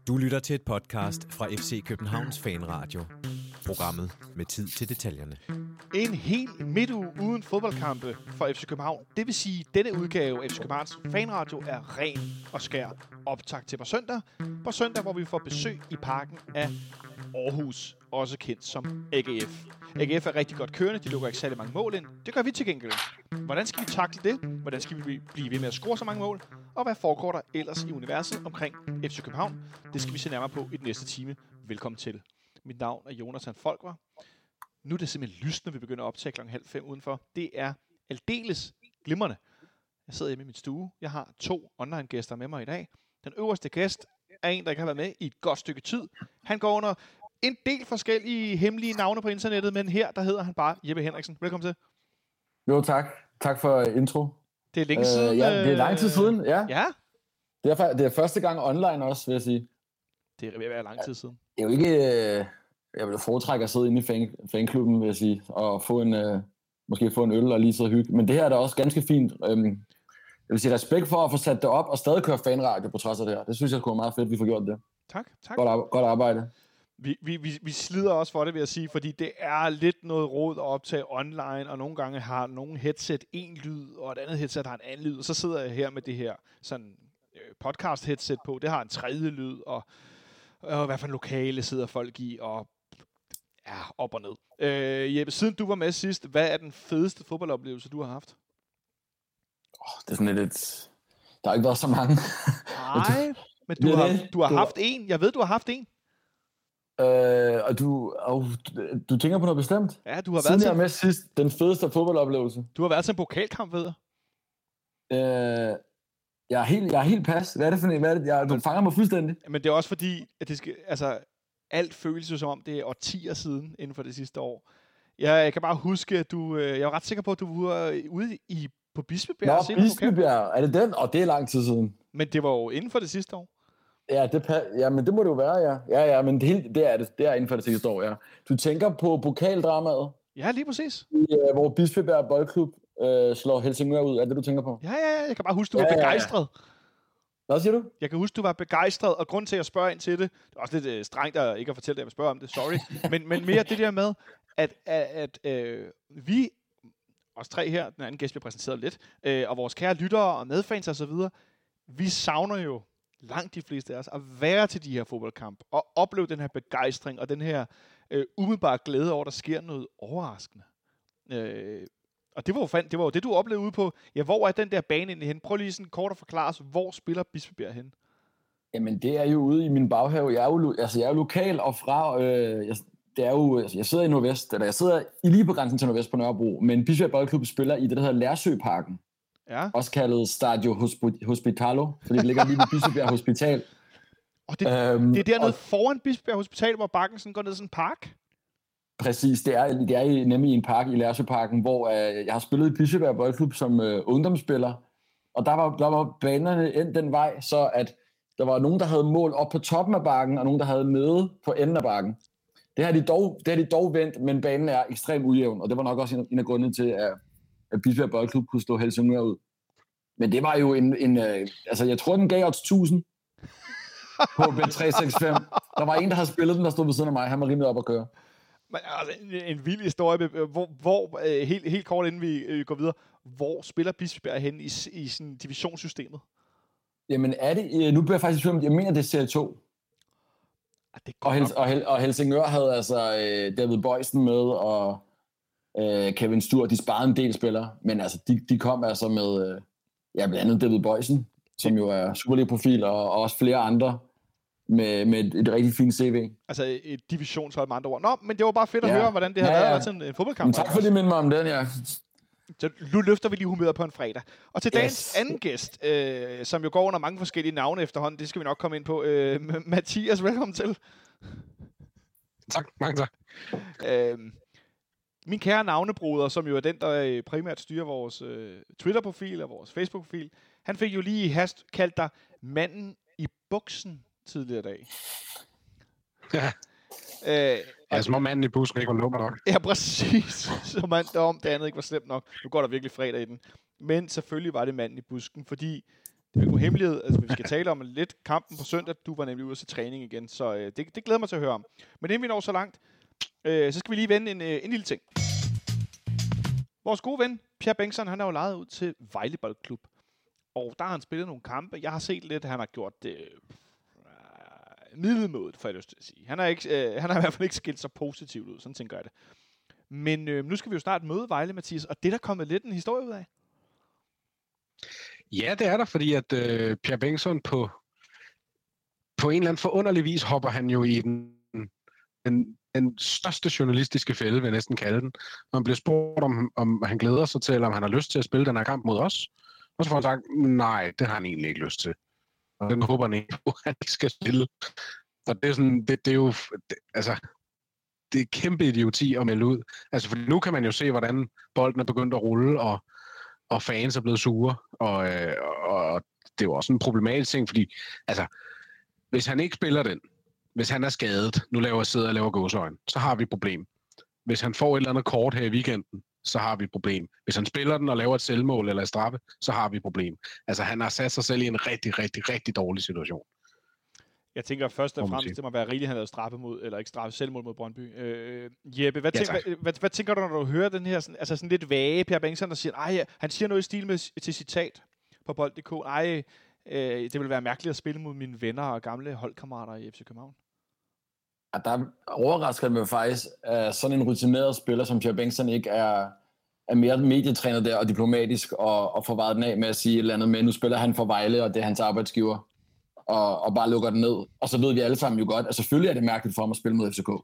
Du lytter til et podcast fra FC Københavns Fanradio. Programmet med tid til detaljerne. En hel midtuge uden fodboldkampe for FC København. Det vil sige, at denne udgave af FC Københavns Fanradio er ren og skær optakt til på søndag. På søndag, hvor vi får besøg i parken af Aarhus, også kendt som AGF. AGF er rigtig godt kørende, de lukker ikke særlig mange mål ind. Det gør vi til gengæld. Hvordan skal vi takle det? Hvordan skal vi blive ved med at score så mange mål? Og hvad foregår der ellers i universet omkring FC København? Det skal vi se nærmere på i den næste time. Velkommen til. Mit navn er Jonathan Folker. Nu er det simpelthen lyst, når vi begynder at optage 4:30 udenfor. Det er aldeles glimrende. Jeg sidder hjemme i min stue. Jeg har 2 online-gæster med mig i dag. Den øverste gæst er en, der ikke har været med i et godt stykke tid. Han går under en del forskellige hemmelige navne på internettet, men her, der hedder han bare Jeppe Henriksen. Velkommen til. Jo, tak. Tak for intro. Det er længe siden. Ja, det er lang tid siden, ja. Ja. Det er første gang online også, vil jeg sige. Det er ved at være lang tid siden. Det er jo ikke... Jeg vil foretrække at sidde inde i fanklubben, vil jeg sige, og måske få en øl og lige sidde og hygge. Men det her er da også ganske fint. Jeg vil sige respekt for at få sat det op og stadig køre fanradio på trods af det her. Det synes jeg skulle være meget fedt, at vi får gjort det. Tak. Godt arbejde. Vi slider også for det, vil jeg sige, fordi det er lidt noget råd at optage online, og nogle gange har nogle headset en lyd, og et andet headset har en anden lyd, og så sidder jeg her med det her sådan podcast headset på. Det har en tredje lyd, og hvad for en lokale sidder folk i, og ja, op og ned. Jeppe, siden du var med sidst, hvad er den fedeste fodboldoplevelse, du har haft? Det er sådan lidt... Der har ikke været så mange. Nej, men du har haft en. Jeg ved, du har haft en. Og du tænker på noget bestemt? Ja, du har været siden jeg med sidst, den fedeste fodboldoplevelse. Du har været til en pokalkamp, ved jeg. Jeg er helt pas. Hvad er det for en? Du fanger mig fuldstændig. Men det er også fordi, at det skal, alt føles jo som om, det er årtier siden inden for det sidste år. Jeg kan bare huske, at jeg er ret sikker på, at du var ude på Bispebjerg. Nå, Bispebjerg. Er det den? Og det er lang tid siden. Men det var jo inden for det sidste år. Ja, men det må det jo være, ja. Ja, men det er inden for det sidste år, ja. Du tænker på pokaldramaet? Ja, lige præcis. Hvor Bispebjerg Boldklub slår Helsingør ud. Er det, du tænker på? Ja. Jeg kan bare huske, du var begejstret. Hvad siger du? Jeg kan huske, du var begejstret, og grund til, at jeg spørger ind til det, det er også lidt strengt at ikke at fortælle dig, at jeg vil spørge om det, sorry, men mere det der med, at vi, os 3 her, den anden gæst bliver præsenteret lidt, og vores kære lyttere og medfans og så videre, vi savner jo langt de fleste af os at være til de her fodboldkamp, og opleve den her begejstring, og den her umiddelbare glæde over, at der sker noget overraskende. Og det var jo det, du oplevede ude på. Ja, hvor er den der bane egentlig hen? Prøv lige sådan kort at forklare os, hvor spiller Bispebjerg hen? Jamen, det er jo ude i min baghave. Jeg er jo lokal og fra... jeg sidder i Nordvest, eller jeg sidder lige på grænsen til Nordvest på Nørrebro, men Bispebjerg Boldklub spiller i det, der hedder Lærsøparken. Ja. Også kaldet Stadio Hospitalo, fordi det ligger lige ved Bispebjerg Hospital. Og det er dernede foran Bispebjerg Hospital, hvor bakken sådan går ned i sådan en park? Præcis, det er nemlig i en park i Lærsøparken, hvor jeg har spillet i Bispebjerg Boldklub som ungdomsspiller, og der var banerne endt den vej, så at der var nogen, der havde mål op på toppen af bakken, og nogen, der havde nede på enden af bakken. Det har de dog vendt, men banen er ekstremt ujævn, og det var nok også en af grundene til, at Bispebjerg Boldklub kunne slå Helsingør ud. Men det var jo jeg tror, den gav os 1000 på Bet365. Der var en, der havde spillet den, der stod ved siden af mig. Han var rimelig op at køre. Men, en vild historie. Hvor helt kort inden vi går videre, hvor spiller Bispebjerg hen i sådan divisionssystemet? Jamen er det... Nu bliver jeg faktisk i tvivl, jeg mener, det er Serie 2. Og Helsingør havde David Boysen med, og Kevin Stur, de sparede en del spillere, men de kom med blandt andet David Boysen, som jo er Superliga-profil, og også flere andre med et rigtig fint CV. Altså et divisionshold med andre ord. Nå, men det var bare fedt at høre, hvordan det har været til en fodboldkamp. Men tak for det, minder mig om den, ja. Så nu løfter vi lige humøret på en fredag. Og til dagens anden gæst, som jo går under mange forskellige navne efterhånden, det skal vi nok komme ind på. Mathias, velkommen til. Tak, mange tak. Min kære navnebroder, som jo er den, der primært styrer vores Twitter-profil og vores Facebook-profil, han fik jo lige i hast kaldt dig manden i buksen tidligere i dag. Ja. Som om manden i busken ikke var lummer nok. Ja, præcis. Som om det andet ikke var slemt nok. Nu går der virkelig fredag i den. Men selvfølgelig var det manden i busken, fordi det er ikke nogen hemmelighed. Altså, vi skal tale om lidt kampen på søndag. Du var nemlig ude til træning igen, så det glæder mig til at høre om. Men inden vi når så langt, så skal vi lige vende en lille ting. Vores gode ven, Pierre Bengtsson, han er jo lejet ud til Vejle Boldklub. Og der har han spillet nogle kampe. Jeg har set lidt, han har gjort det middelmådet, får jeg lyst til at sige. Han har i hvert fald ikke skilt sig positivt ud, sådan tænker jeg det. Men nu skal vi jo snart møde Vejle, Mathias, og det er der kommet lidt en historie ud af. Ja, det er der, fordi at Pierre Bengtsson på en eller anden forunderlig vis hopper han jo i den største journalistiske fælde, vil jeg næsten kalde den. Når han bliver spurgt, om han glæder sig til, eller om han har lyst til at spille den her kamp mod os. Og så får han sagt, nej, det har han egentlig ikke lyst til. Og den håber han ikke på, at han ikke skal spille. Og det er sådan, det er jo, det er kæmpe idioti at melde ud. Altså, for nu kan man jo se, hvordan bolden er begyndt at rulle, og fans er blevet sure. Og det er jo også en problematisk ting, fordi, altså, hvis han ikke spiller den, hvis han er skadet, nu sidder og laver gåseøjne, så har vi et problem. Hvis han får et eller andet kort her i weekenden, så har vi et problem. Hvis han spiller den og laver et selvmål eller et straffe, så har vi et problem. Altså, han har sat sig selv i en rigtig, rigtig, rigtig dårlig situation. Jeg tænker først og fremmest, det må være rigeligt, han havde straffe mod, eller ikke straffe, selvmål mod Brøndby. Jeppe, hvad tænker du, når du hører den her sådan lidt vage Pierre Bengtsson, der siger, han siger noget i stil med til citat på bold.dk, det vil være mærkeligt at spille mod mine venner og gamle holdkammerater i FC København. Ja, der overrasker det mig faktisk, at sådan en rutineret spiller som Pierre Bengtsson ikke er mere medietrænet der og diplomatisk og får vejet den af med at sige et eller andet med, nu spiller han for Vejle, og det er hans arbejdsgiver, og bare lukker den ned. Og så ved vi alle sammen jo godt, at selvfølgelig er det mærkeligt for ham at spille mod FCK.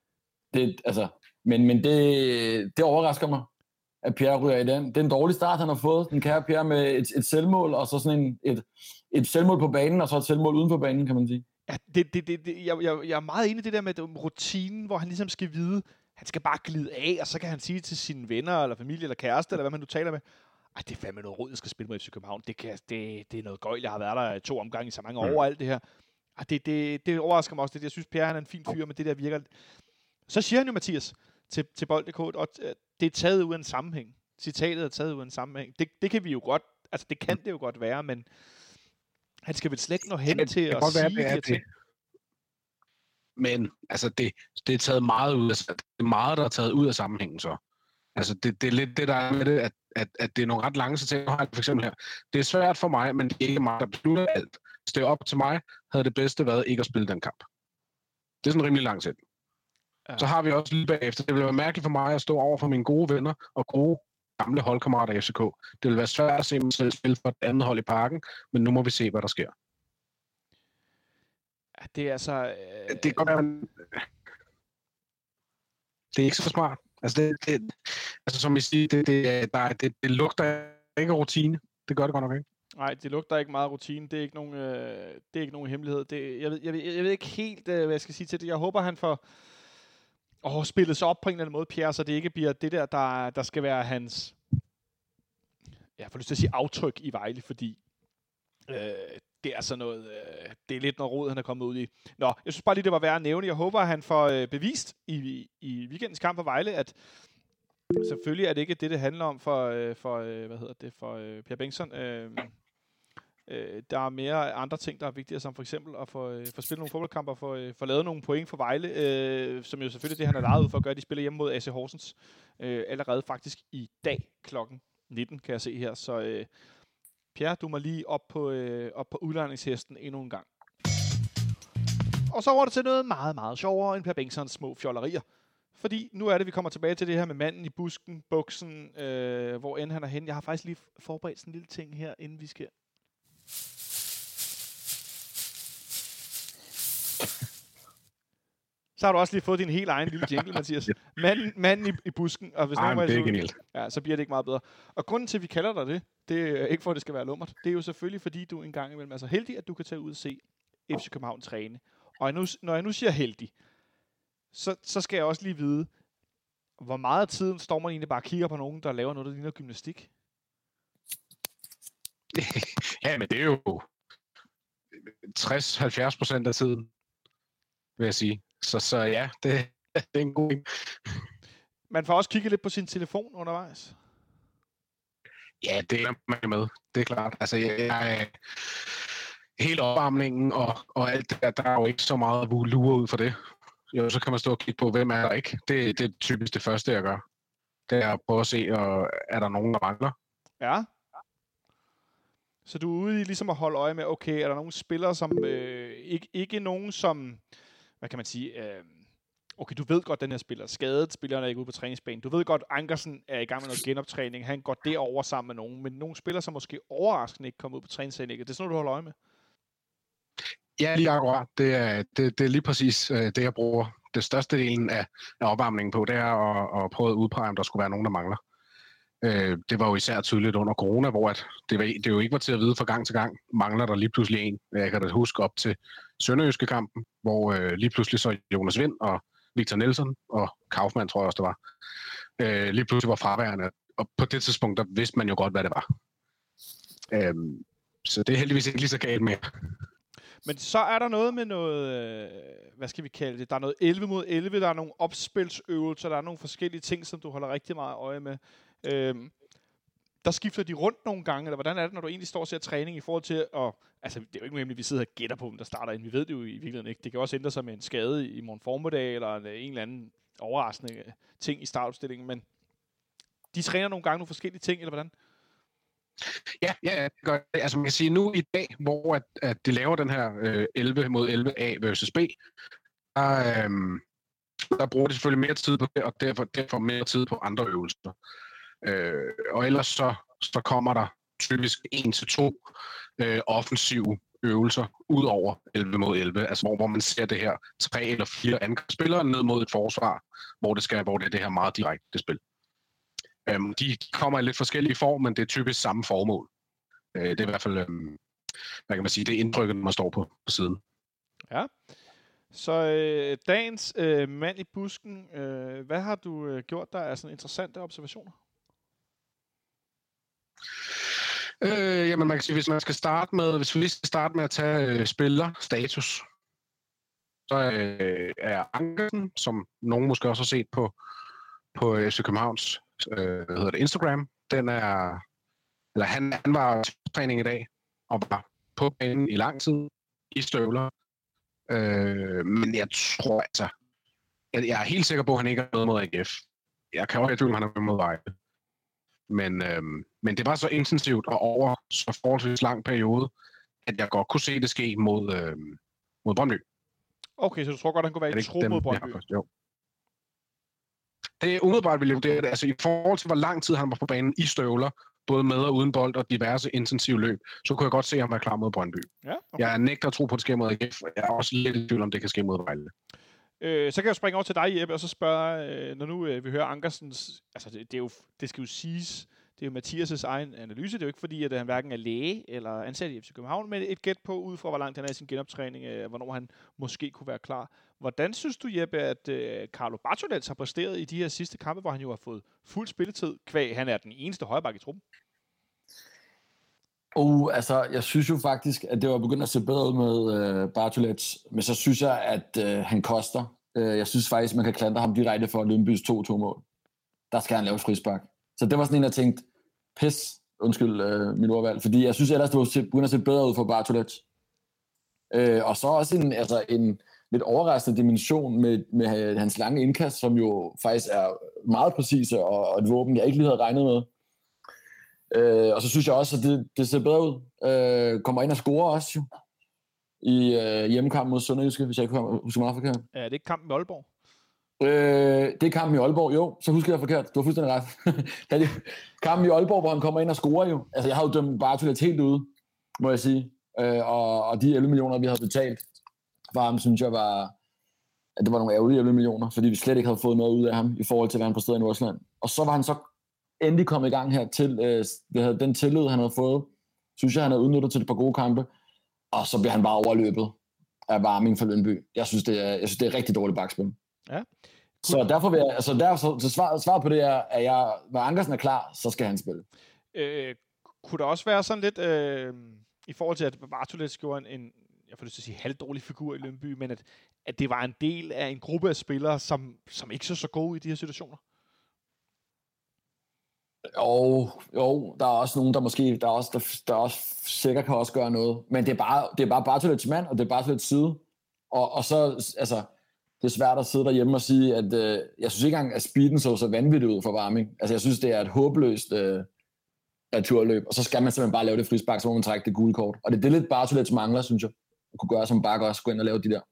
Men det overrasker mig, at Pierre ryger i den. Det er en dårlig start, han har fået, den kære Pierre, med et selvmål, og så sådan et selvmål på banen, og så et selvmål uden på banen, kan man sige. Ja, jeg er meget enig i det der med rutinen, hvor han ligesom skal vide, han skal bare glide af, og så kan han sige til sine venner, eller familie, eller kæreste, eller hvad man nu taler med, det er fandme noget råd, jeg skal spille mod FC København. Det er noget gøjl, jeg har været der 2 omgange i så mange år, alt det her. Det overrasker mig også. Jeg synes, Pierre han er en fin fyr, men det der virker. Så siger han jo, Mathias, til bold.dk, og det er taget ud af en sammenhæng. Citatet er taget ud af en sammenhæng. Det kan vi jo godt, altså det kan det jo godt være, men han skal vel slet ikke nå hen til at sige det ting. Men altså, det er taget meget ud af, det er meget, der er taget ud af sammenhængen så. Altså, det er lidt det, der er med det, at det er nogle ret lange citater. For eksempel her. Det er svært for mig, men det er ikke mig, der beslutter alt. Hvis det er op til mig, havde det bedste været ikke at spille den kamp. Det er sådan en rimelig lang sætning. Ja. Så har vi også lige bagefter. Det vil være mærkeligt for mig at stå over for mine gode venner og gode gamle holdkammerater i FCK. Det vil være svært at se mig selv spille for et andet hold i parken, men nu må vi se, hvad der sker. Ja, det er altså... Det kan godt være... Det er ikke så smart. Altså, altså som I siger, det lugter ikke af rutine. Det gør det godt nok ikke. Nej, det lugter ikke meget rutine. Det er ikke nogen hemmelighed. Jeg ved ikke helt, hvad jeg skal sige til det. Jeg håber, han får spillet sig op på en eller anden måde, Pierre, så det ikke bliver det der skal være hans... Jeg får lyst til at sige aftryk i Vejle, fordi det er sådan noget... det er lidt noget rod, han er kommet ud i. Nå, jeg synes bare lige, det var værd at nævne. Jeg håber, at han får bevist i weekendens kamp for Vejle, at selvfølgelig er det ikke det handler om for Pierre Bengtsson. Der er mere andre ting, der er vigtigere, som for eksempel at få spillet nogle fodboldkampe og få lavet nogle point for Vejle, som jo selvfølgelig det, han er lejet ud for at gøre. De spiller hjemme mod AC Horsens allerede faktisk i dag klokken 19, kan jeg se her. Så Pierre, du må lige op på udlejningshesten endnu en gang. Og så var det til noget meget, meget sjovere end Pierre Bengtssons små fjollerier. Fordi nu er det, vi kommer tilbage til det her med manden i busken, buksen, hvor end han er henne. Jeg har faktisk lige forberedt sådan en lille ting her, inden vi skal... Så har du også lige fået din helt egen lille jingle, Mathias. Manden i busken. Og hvis det er genialt. Ja, så bliver det ikke meget bedre. Og grunden til, at vi kalder dig det er ikke for, at det skal være lummert. Det er jo selvfølgelig, fordi du engang imellem er så heldig, at du kan tage ud og se FC København træne. Og når jeg nu siger heldig, så skal jeg også lige vide, hvor meget af tiden står man egentlig bare og kigger på nogen, der laver noget, der ligner gymnastik? Ja, men det er jo 60-70% af tiden, vil jeg sige. Så ja, det er en god ting. Man får også kigge lidt på sin telefon undervejs. Ja, det er man med. Det er klart. Altså, jeg hele opvarmningen og alt det der er jo ikke så meget at lure ud for det. Jo, så kan man stå og kigge på, hvem er der ikke. Det er typisk det første, jeg gør. Det er at prøve at se, er der nogen, der mangler. Ja. Så du er ude i ligesom at holde øje med, okay, er der nogle spillere, som ikke nogen, som, hvad kan man sige, okay, du ved godt, den her spiller er skadet, spilleren er ikke ude på træningsbanen. Du ved godt, Ankersen er i gang med noget genoptræning, han går derover sammen med nogen, men nogle spillere, som måske overraskende ikke kommer ud på træningsanlægget. Det er sådan noget, du holder øje med? Ja, lige akkurat. Det er lige præcis det, jeg bruger det største delen af opvarmningen på, det er at prøve at udpege, om der skulle være nogen, der mangler. Det var jo især tydeligt under corona, hvor det jo ikke var til at vide fra gang til gang, mangler der lige pludselig en. Jeg kan da huske op til Sønderjyske kampen, hvor lige pludselig så Jonas Vind og Victor Nielsen og Kaufmann, tror jeg også, det var, lige pludselig var fraværende. Og på det tidspunkt, der vidste man jo godt, hvad det var. Så det er heldigvis ikke lige så galt mere. Men så er der noget med noget, hvad skal vi kalde det? Der er noget 11 mod 11, der er nogle opspilsøvelser, der er nogle forskellige ting, som du holder rigtig meget øje med. Der skifter de rundt nogle gange, eller hvordan er det, når du egentlig står og ser træning i forhold til at... Altså, det er jo ikke nemlig, at vi sidder og gætter på, hvem der starter ind. Vi ved det jo i virkeligheden ikke. Det kan også ændre sig med en skade i morgen formiddag, eller en eller anden overraskende ting i startopstillingen, men de træner nogle gange nogle forskellige ting, eller hvordan? Ja, det gør det. Altså man kan sige, nu i dag, hvor at de laver den her 11 mod 11 A versus B, der bruger de selvfølgelig mere tid på det, og derfor mere tid på andre øvelser. Og ellers så kommer der typisk 1-2 offensive øvelser ud over 11 mod 11, altså hvor man ser det her 3 eller 4 angrebsspillere ned mod et forsvar, hvor det er det her meget direkte spil. De kommer i lidt forskellige form, men det er typisk samme formål. Det er i hvert fald, hvad kan man sige, det er indtrykket, man står på siden. Ja. Så dagens mand i busken, hvad har du gjort der af sådan interessante observationer? Jamen man kan sige, hvis vi skal starte med at tage spillerstatus, så er Ankersen, som nogen måske også har set på FC Københavns Instagram, han var til træning i dag og var på banen i lang tid i støvler. Men jeg tror altså, jeg er helt sikker på, at han ikke har noget mod AGF. Jeg kan også have tvivl, at han er mod Vejle. Men det var så intensivt og over så forholdsvis lang periode, at jeg godt kunne se det ske mod Brøndby. Okay, så du tror godt, han kunne være i tro mod Brøndby? Jo. Det er umiddelbart, vil jeg vurdere det. Altså i forhold til, hvor lang tid han var på banen i støvler, både med og uden bold og diverse intensive løb, så kunne jeg godt se, at han var klar mod Brøndby. Ja, okay. Jeg nægter at tro på, at det sker mod AGF. Jeg er også lidt i tvivl om, det kan ske mod Vejle. Så kan jeg springe over til dig, Jeppe, og så spørge, når nu vi hører Ankersens... Altså, det skal jo siges, det er jo Mathias' egen analyse. Det er jo ikke fordi, at han hverken er læge eller ansat i FC København, men et gæt på, ud fra hvor langt han er i sin genoptræning, hvornår han måske kunne være klar. Hvordan synes du, Jeppe, at Carlo Bartolets har præsteret i de her sidste kampe, hvor han jo har fået fuld spilletid, kvæg han er den eneste højreback i truppen? Altså, jeg synes jo faktisk, at det var begyndt at se bedre ud med Bartolets, men så synes jeg, at han koster. Jeg synes faktisk, man kan klandre ham direkte for Lyngbys 2-2-mål. Der skal han lave frispark. Så det var sådan en, jeg tænkte, undskyld mit ordvalg, fordi jeg synes ellers, det var begyndt at se bedre ud for Bartolets. Og så også en lidt overraskende dimension med hans lange indkast, som jo faktisk er meget præcise, og et våben, jeg ikke lige havde regnet med. Og så synes jeg også, at det ser bedre ud. Kommer ind og scorer også jo. I hjemmekampen mod Sønderjyske, hvis jeg ikke husker meget forkert. Ja, det er ikke kampen i Aalborg. Det er kampen i Aalborg, jo. Så husker jeg forkert. Du har fuldstændig ret. Det er kampen i Aalborg, hvor han kommer ind og scorer jo. Altså, jeg har jo dømt Bartolets helt ude, må jeg sige. Og de 11 millioner, vi havde betalt for ham, synes jeg at det var nogle ærgerlige 11 millioner, fordi vi slet ikke havde fået noget ud af ham, i forhold til, hvad han præsterede i Nordsjælland. Og så var han så endelig kommet i gang her til den tillid, han havde fået. Synes jeg, han havde udnyttet til et par gode kampe. Og så bliver han bare overløbet af Varming for Lyngby. Jeg synes, det er rigtig dårligt bakspil. Ja. Så derfor vil jeg, så svaret på det er, at når Ankersen er klar, så skal han spille. Kunne der også være sådan lidt, i forhold til, at Bartolets gjorde en jeg får lyst til at sige, halvdårlig figur i Lyngby, men at det var en del af en gruppe af spillere, som ikke så gode i de her situationer? Jo, der er også nogen, der måske, der er også sikkert kan også gøre noget. Men det er bare Bartolets mand, og det er Bartolets side. Og så, altså, det er svært at sidde derhjemme og sige, at jeg synes ikke engang, at speeden så vanvittigt ud for Varming. Altså, jeg synes, det er et håbløst returløb, og så skal man simpelthen bare lave det frispark, så må man trække det gule kort. Og det er lidt Bartolets mangler, synes jeg, at kunne gøre som bakker også, gå ind og lave de der.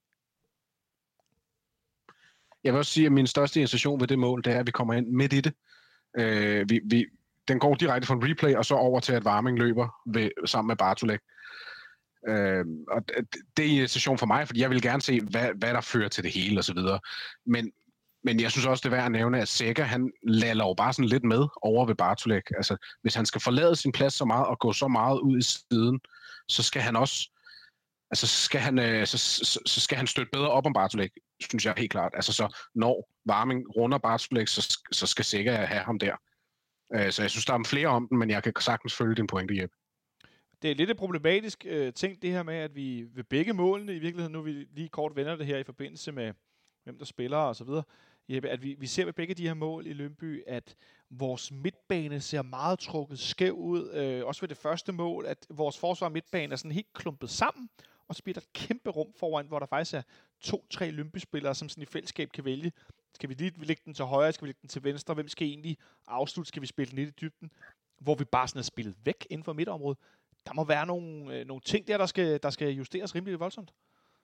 Jeg vil også sige, at min største irritation ved det mål, det er, at vi kommer ind midt i det. Den går direkte fra en replay, og så over til, at Varming løber sammen med Bartolek. Og det er irritation for mig, fordi jeg vil gerne se, hvad der fører til det hele, og så videre. Men jeg synes også, det er værd at nævne, at Sækker, han lader jo bare sådan lidt med over ved Bartolek. Altså, hvis han skal forlade sin plads så meget, og gå så meget ud i siden, så skal han også, altså, så skal han støtte bedre op om Bartolek, synes jeg helt klart. Altså, så når Varming runder Bartolek, så skal Sækker have ham der. Så jeg synes, der er flere om den, men jeg kan sagtens følge din pointe, Jeppe. Det er lidt et problematisk ting, det her med, at vi ved begge målene, i virkeligheden, nu vi lige kort vender det her i forbindelse med, hvem der spiller og så videre, Jeppe, at vi ser ved begge de her mål i Lyngby, at vores midtbane ser meget trukket skæv ud. Også ved det første mål, at vores forsvar og midtbane er sådan helt klumpet sammen, og så bliver der et kæmpe rum foran, hvor der faktisk er 2-3 Lyngby-spillere, som sådan i fællesskab kan vælge. Skal vi lige lægge den til højre? Skal vi lægge den til venstre? Hvem skal egentlig afslutte? Skal vi spille den lidt i dybden? Hvor vi bare sådan er spillet væk inden for midtområdet. Der må være nogle ting der skal justeres rimelig voldsomt.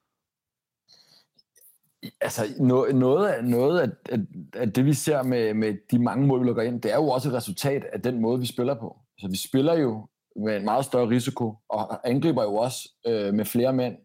Altså, noget af det, vi ser med de mange mål, vi lukker ind, det er jo også et resultat af den måde, vi spiller på. Så vi spiller jo med en meget større risiko, og angriber jo også med flere mænd,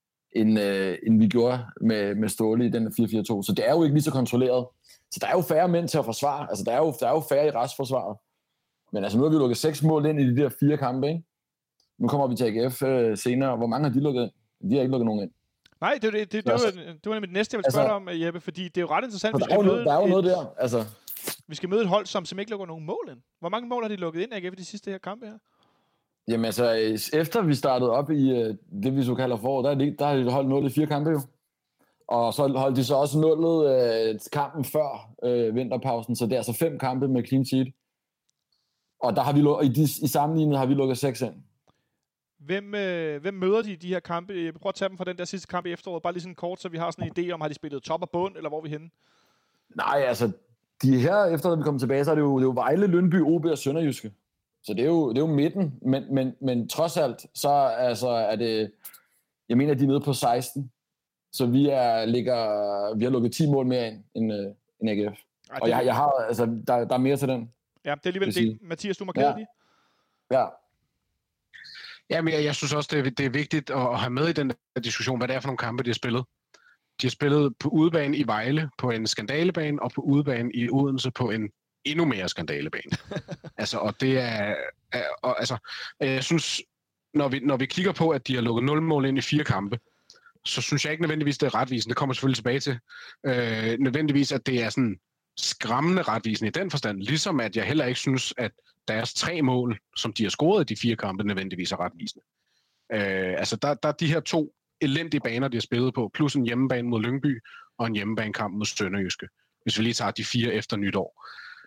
end vi gjorde med Ståle i den 4-4-2. Så det er jo ikke lige så kontrolleret. Så der er jo færre mænd til at forsvare. Altså, der er jo færre i restforsvaret. Men altså, nu har vi lukket 6 mål ind i de der 4 kampe, ikke? Nu kommer vi til AGF senere. Hvor mange har de lukket ind? De har ikke lukket nogen ind. Nej, det var nemlig det næste, jeg ville spørge dig om, Jeppe, fordi det er jo ret interessant. Der er jo noget der. Altså. Vi skal møde et hold, som ikke lukker nogen mål ind. Hvor mange mål har de lukket ind, AGF, i de sidste her kampe her? Jamen altså, efter vi startede op i det, vi så kalder forår, der har de holdt 0 i 4 kampe jo. Og så holdt de så også 0 kampen før vinterpausen, så det er altså 5 kampe med clean sheet. Og der har vi i sammenlignet har vi lukket 6 ind. Hvem møder de her kampe? Jeg vil prøve at tage dem fra den der sidste kamp i efteråret, bare lige sådan kort, så vi har sådan en idé om, har de spillet top og bund, eller hvor er vi henne? Nej, altså, de her, efter at vi kommer tilbage, så er det jo Vejle, Lyngby, OB og Sønderjyske. Så det er jo midten, men trods alt, så altså, er det, jeg mener, de er nede på 16. Så vi har lukket 10 mål mere ind end AGF. Og jeg har, altså, der er mere til den. Ja, det er alligevel det. Mathias, du markerer lige. Ja. Ja, men jeg synes også, det er vigtigt at have med i den der diskussion, hvad det er for nogle kampe, de har spillet. De har spillet på udebane i Vejle på en skandalebane, og på udebane i Odense på en endnu mere skandalebane. Altså, og det er altså, jeg synes, når vi kigger på, at de har lukket 0 mål ind i 4 kampe, så synes jeg ikke nødvendigvis, det er retvisende. Det kommer selvfølgelig tilbage til. Nødvendigvis, at det er sådan skræmmende retvisende i den forstand, ligesom at jeg heller ikke synes, at deres 3 mål, som de har scoret i de 4 kampe, nødvendigvis er retvisende. Altså, der er de her 2 elendige baner, de har spillet på, plus en hjemmebane mod Lyngby, og en hjemmebanekamp mod Sønderjyske. Hvis vi lige tager de 4 efter nytår.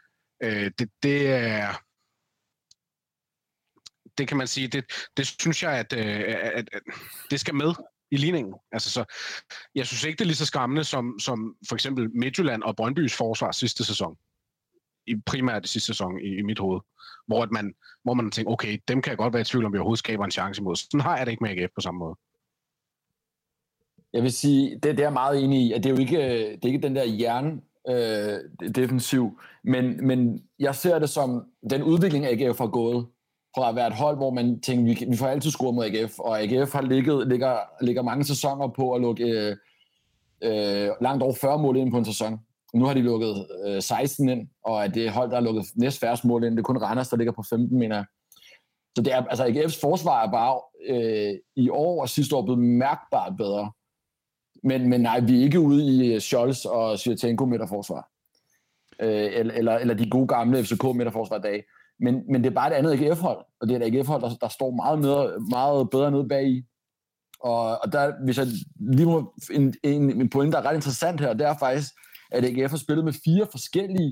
Det kan man sige, det synes jeg, at det skal med i ligningen. Altså, så, jeg synes ikke, det er lige så skræmmende som for eksempel Midtjylland og Brøndbys forsvar sidste sæson. Primært sidste sæson i mit hoved. Hvor man tænker, okay, dem kan jeg godt være i tvivl om, vi overhovedet skaber en chance imod. Sådan har jeg det ikke med AGF på samme måde. Jeg vil sige, det er jeg meget enig i, at det er jo ikke den der defensiv, men jeg ser det som den udvikling, AGF har gået fra at være et hold, hvor man tænker, vi får altid score mod AGF, og AGF har ligger mange sæsoner på at lukke langt over 40 mål ind på en sæson. Nu har de lukket 16 ind, og at det hold, der har lukket næstfærrest mål ind, det er kun Randers, der ligger på 15, mener jeg. Så det er, altså AGF's forsvar er bare i år og sidste år blevet mærkbart bedre. Men nej, vi er ikke ude i Scholz og Svirtenko midterforsvar. Eller de gode gamle FCK midterforsvar i dag. Men det er bare et andet AGF-hold, og det er et AGF-hold, der står meget bedre nede bagi. Og der, hvis jeg lige må en pointe, der er ret interessant her, det er faktisk, at AGF har spillet med 4 forskellige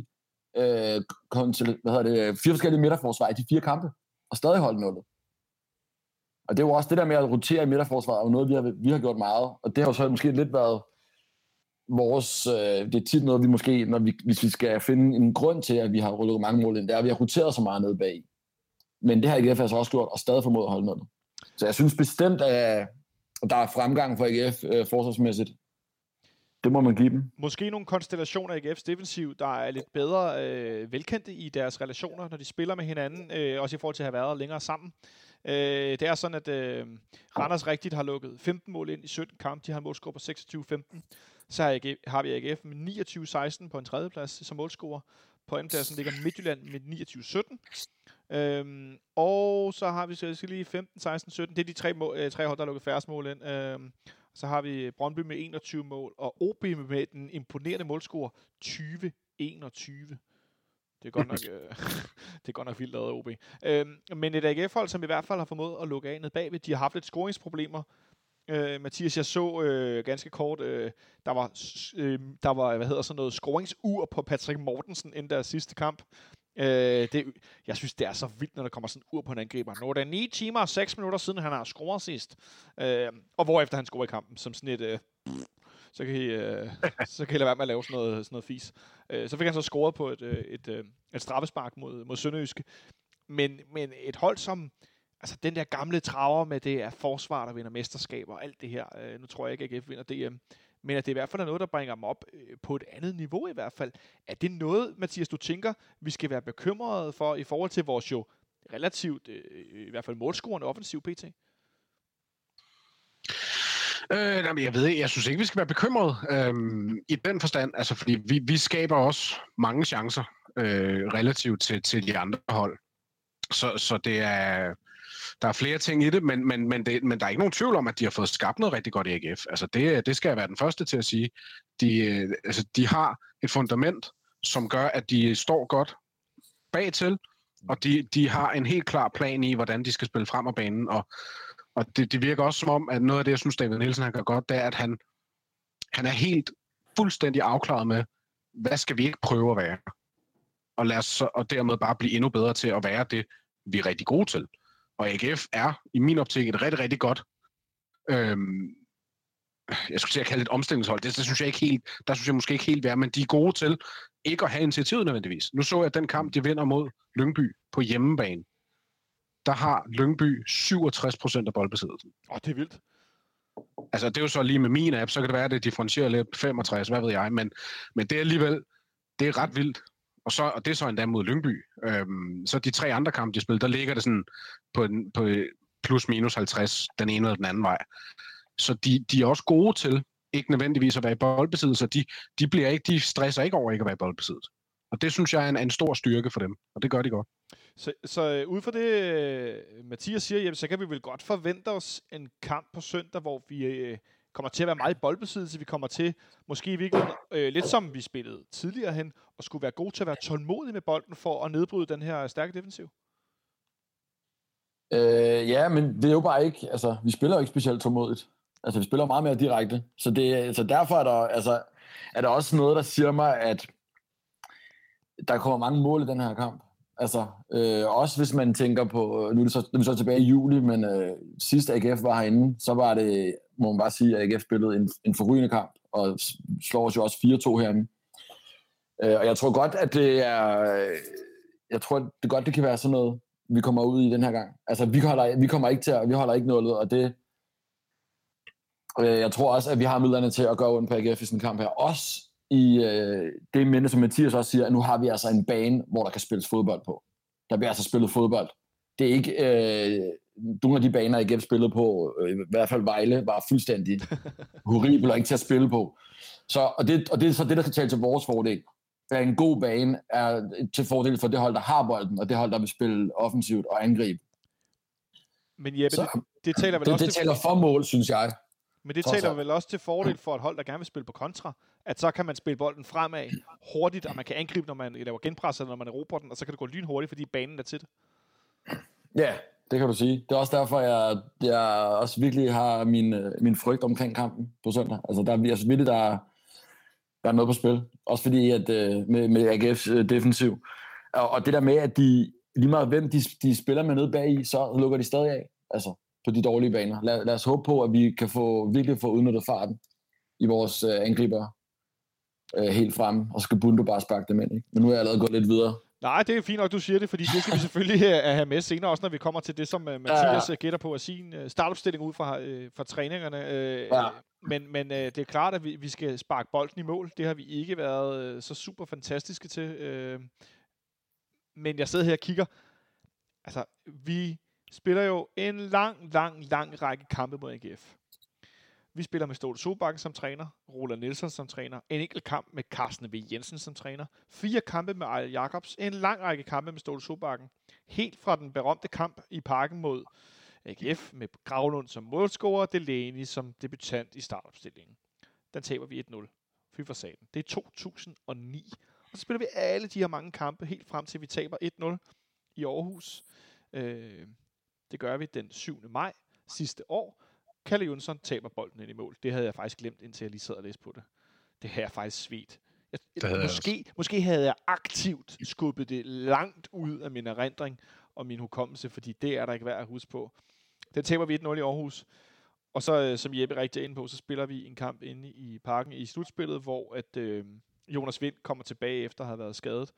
fire forskellige midterforsvar i de 4 kampe, og stadig holdt nullet. Og det er jo også det der med at rotere i midterforsvaret, og noget, vi har gjort meget, og det har jo så måske lidt været vores, det er tit noget, vi måske, hvis vi skal finde en grund til, at vi har rullet mange mål ind, det er, at vi har roteret så meget ned bag. Men det har AGF altså også gjort, og stadig formået at holde nullet. Så jeg synes bestemt, at der er fremgang for AGF forsvarsmæssigt. Det må man give dem. Måske nogle konstellationer af AGF's defensiv, der er lidt bedre velkendte i deres relationer, når de spiller med hinanden, også i forhold til at have været længere sammen. Det er sådan, at Randers rigtigt har lukket 15 mål ind i 17 kampe. De har en målscore på 26-15. Så har vi AGF med 29-16 på en tredjeplads som målscorer. På andenpladsen ligger Midtjylland med 29-17. Og så har vi så lige 15, 16, 17. Det er de tre hold, der har lukket færrest mål ind. Så har vi Brøndby med 21 mål, og OB med den imponerende målscore 20-21. Det er godt nok vildt lavet OB. Men et AGF-hold, som i hvert fald har formået at lukke af ned bagved. De har haft lidt scoringsproblemer. Mathias, jeg så ganske kort, der var sådan noget scoringsur på Patrick Mortensen inden deres sidste kamp. Jeg synes, det er så vildt, når der kommer sådan ur på en angriber. Når det er 9 timer og 6 minutter siden, han har scoret sidst. Og hvorefter han scorer i kampen, som sådan et... så kan I lade være med at lave sådan noget fis. Så fik han så scoret på et straffespark mod Sønderjyske. Men et hold som... Altså den der gamle traver med det er forsvar, der vinder mesterskaber og alt det her. Nu tror jeg ikke, at AGF vinder DM. Men at det i hvert fald er noget, der bringer dem op på et andet niveau i hvert fald. Er det noget, Mathias, du tænker, vi skal være bekymrede for i forhold til vores jo relativt, i hvert fald målscorende offensiv PT? Jeg ved ikke, jeg synes ikke, vi skal være bekymrede i den forstand, altså fordi vi skaber også mange chancer relativt til de andre hold. Så det er... Der er flere ting i det, men der er ikke nogen tvivl om, at de har fået skabt noget rigtig godt i AGF. Altså det skal jeg være den første til at sige. De har et fundament, som gør, at de står godt bagtil, og de har en helt klar plan i, hvordan de skal spille frem af banen. Og det virker også som om, at noget af det, jeg synes, David Nielsen har gjort godt, det er, at han er helt fuldstændig afklaret med, hvad skal vi ikke prøve at være? Og dermed bare blive endnu bedre til at være det, vi er rigtig gode til. Og AGF er i min optik et rigtig, rigtig godt, jeg skulle sige at kalde det et omstillingshold. Det synes jeg ikke helt, der synes jeg måske ikke helt, men de er gode til ikke at have initiativet nødvendigvis. Nu så jeg, at den kamp, de vinder mod Lyngby på hjemmebane, der har Lyngby 67% af boldbesiddelsen. Det er vildt. Altså, det er jo så lige med min app, så kan det være, at det differentierer lidt 65, hvad ved jeg, men det er alligevel, det er ret vildt. Og det er så endda mod Lyngby. Så de 3 andre kampe, de spillede, der ligger det sådan på plus minus 50, den ene eller den anden vej. Så de er også gode til ikke nødvendigvis at være i boldbesiddelse. De stresser ikke over ikke at være i boldbesiddelse. Og det synes jeg er en stor styrke for dem, og det gør de godt. Så ud fra det, Mathias siger, jamen, så kan vi vel godt forvente os en kamp på søndag, hvor vi kommer til at være meget i boldbesiddelse. Vi kommer til, måske i virkeligheden, lidt som vi spillede tidligere hen, og skulle være gode til at være tålmodige med bolden for at nedbryde den her stærke defensiv. Ja, men det er jo bare ikke, altså vi spiller jo ikke specielt tålmodigt. Altså vi spiller meget mere direkte. Så derfor er der også noget, der siger mig, at der kommer mange mål i den her kamp. Altså, også hvis man tænker på, nu er vi så tilbage i juli, men sidst AGF var herinde, så var det, må man bare sige, at AGF spillede en forrygende kamp, og slår os jo også 4-2 herinde. Og jeg tror godt, at det kan være sådan noget, vi kommer ud i den her gang. Altså, vi holder ikke nullet, og det, jeg tror også, at vi har midlerne til at gøre ondt på AGF i sådan en kamp her. Også i det minde, som Mathias også siger, at nu har vi altså en bane, hvor der kan spilles fodbold på. Der bliver altså spillet fodbold. Det er ikke nogle af de baner, AGF spillede på, i hvert fald Vejle, var fuldstændig horribel og ikke til at spille på. Og det er så det, der skal tale til vores fordel. At en god bane er til fordel for det hold, der har bolden, og det hold, der vil spille offensivt og angribe. Men Jeppe, det taler vel også det taler for mål, synes jeg. Men det taler vel også til fordel for et hold, der gerne vil spille på kontra, at så kan man spille bolden fremad hurtigt, og man kan angribe, når man laver genpres, eller når man erobrer den, og så kan det gå lynhurtigt, fordi banen er til det. Ja, det kan du sige. Det er også derfor, jeg også virkelig har min frygt omkring kampen på søndag. Altså, der er virkelig, der er noget på spil. Også fordi, at med AGF's defensiv. Og det der med, at de lige meget hvem de spiller med nede bag i, så lukker de stadig af. Altså, på de dårlige baner. Lad os håbe på, at vi kan virkelig få udnyttet farten i vores angriber helt frem, og så skal Bundo bare sparke dem ind. Ikke? Men nu er jeg allerede gået lidt videre. Nej, det er fint nok, du siger det, fordi det skal vi selvfølgelig have med senere, også når vi kommer til det, som Mathias gætter på af sin startopstilling ud fra træningerne. Men det er klart, at vi skal sparke bolden i mål. Det har vi ikke været så super fantastiske til. Men jeg sidder her og kigger. Altså, vi spiller jo en lang række kampe mod AGF. Vi spiller med Ståle Solbakken som træner, Roland Nielsen som træner, en enkelt kamp med Carsten V. Jensen som træner, 4 kampe med Ejl Jacobs, en lang række kampe med Ståle Solbakken. Helt fra den berømte kamp i Parken mod AGF med Gravlund som målscorer og Delaney som debutant i startopstillingen. Den taber vi 1-0. Fy for satan. Det er 2009. Og så spiller vi alle de her mange kampe helt frem til vi taber 1-0 i Aarhus. Det gør vi den 7. maj sidste år. Kalle Jonsson taber bolden ind i mål. Det havde jeg faktisk glemt, indtil jeg lige sad og læste på det. Det havde jeg faktisk svedt. Måske havde jeg aktivt skubbet det langt ud af min erindring og min hukommelse, fordi det er der ikke værd at huske på. Den taber vi 1-0 i Aarhus. Og så, som Jeppe rigtig er inde på, så spiller vi en kamp inde i Parken i slutspillet, hvor at Jonas Vind kommer tilbage efter at have været skadet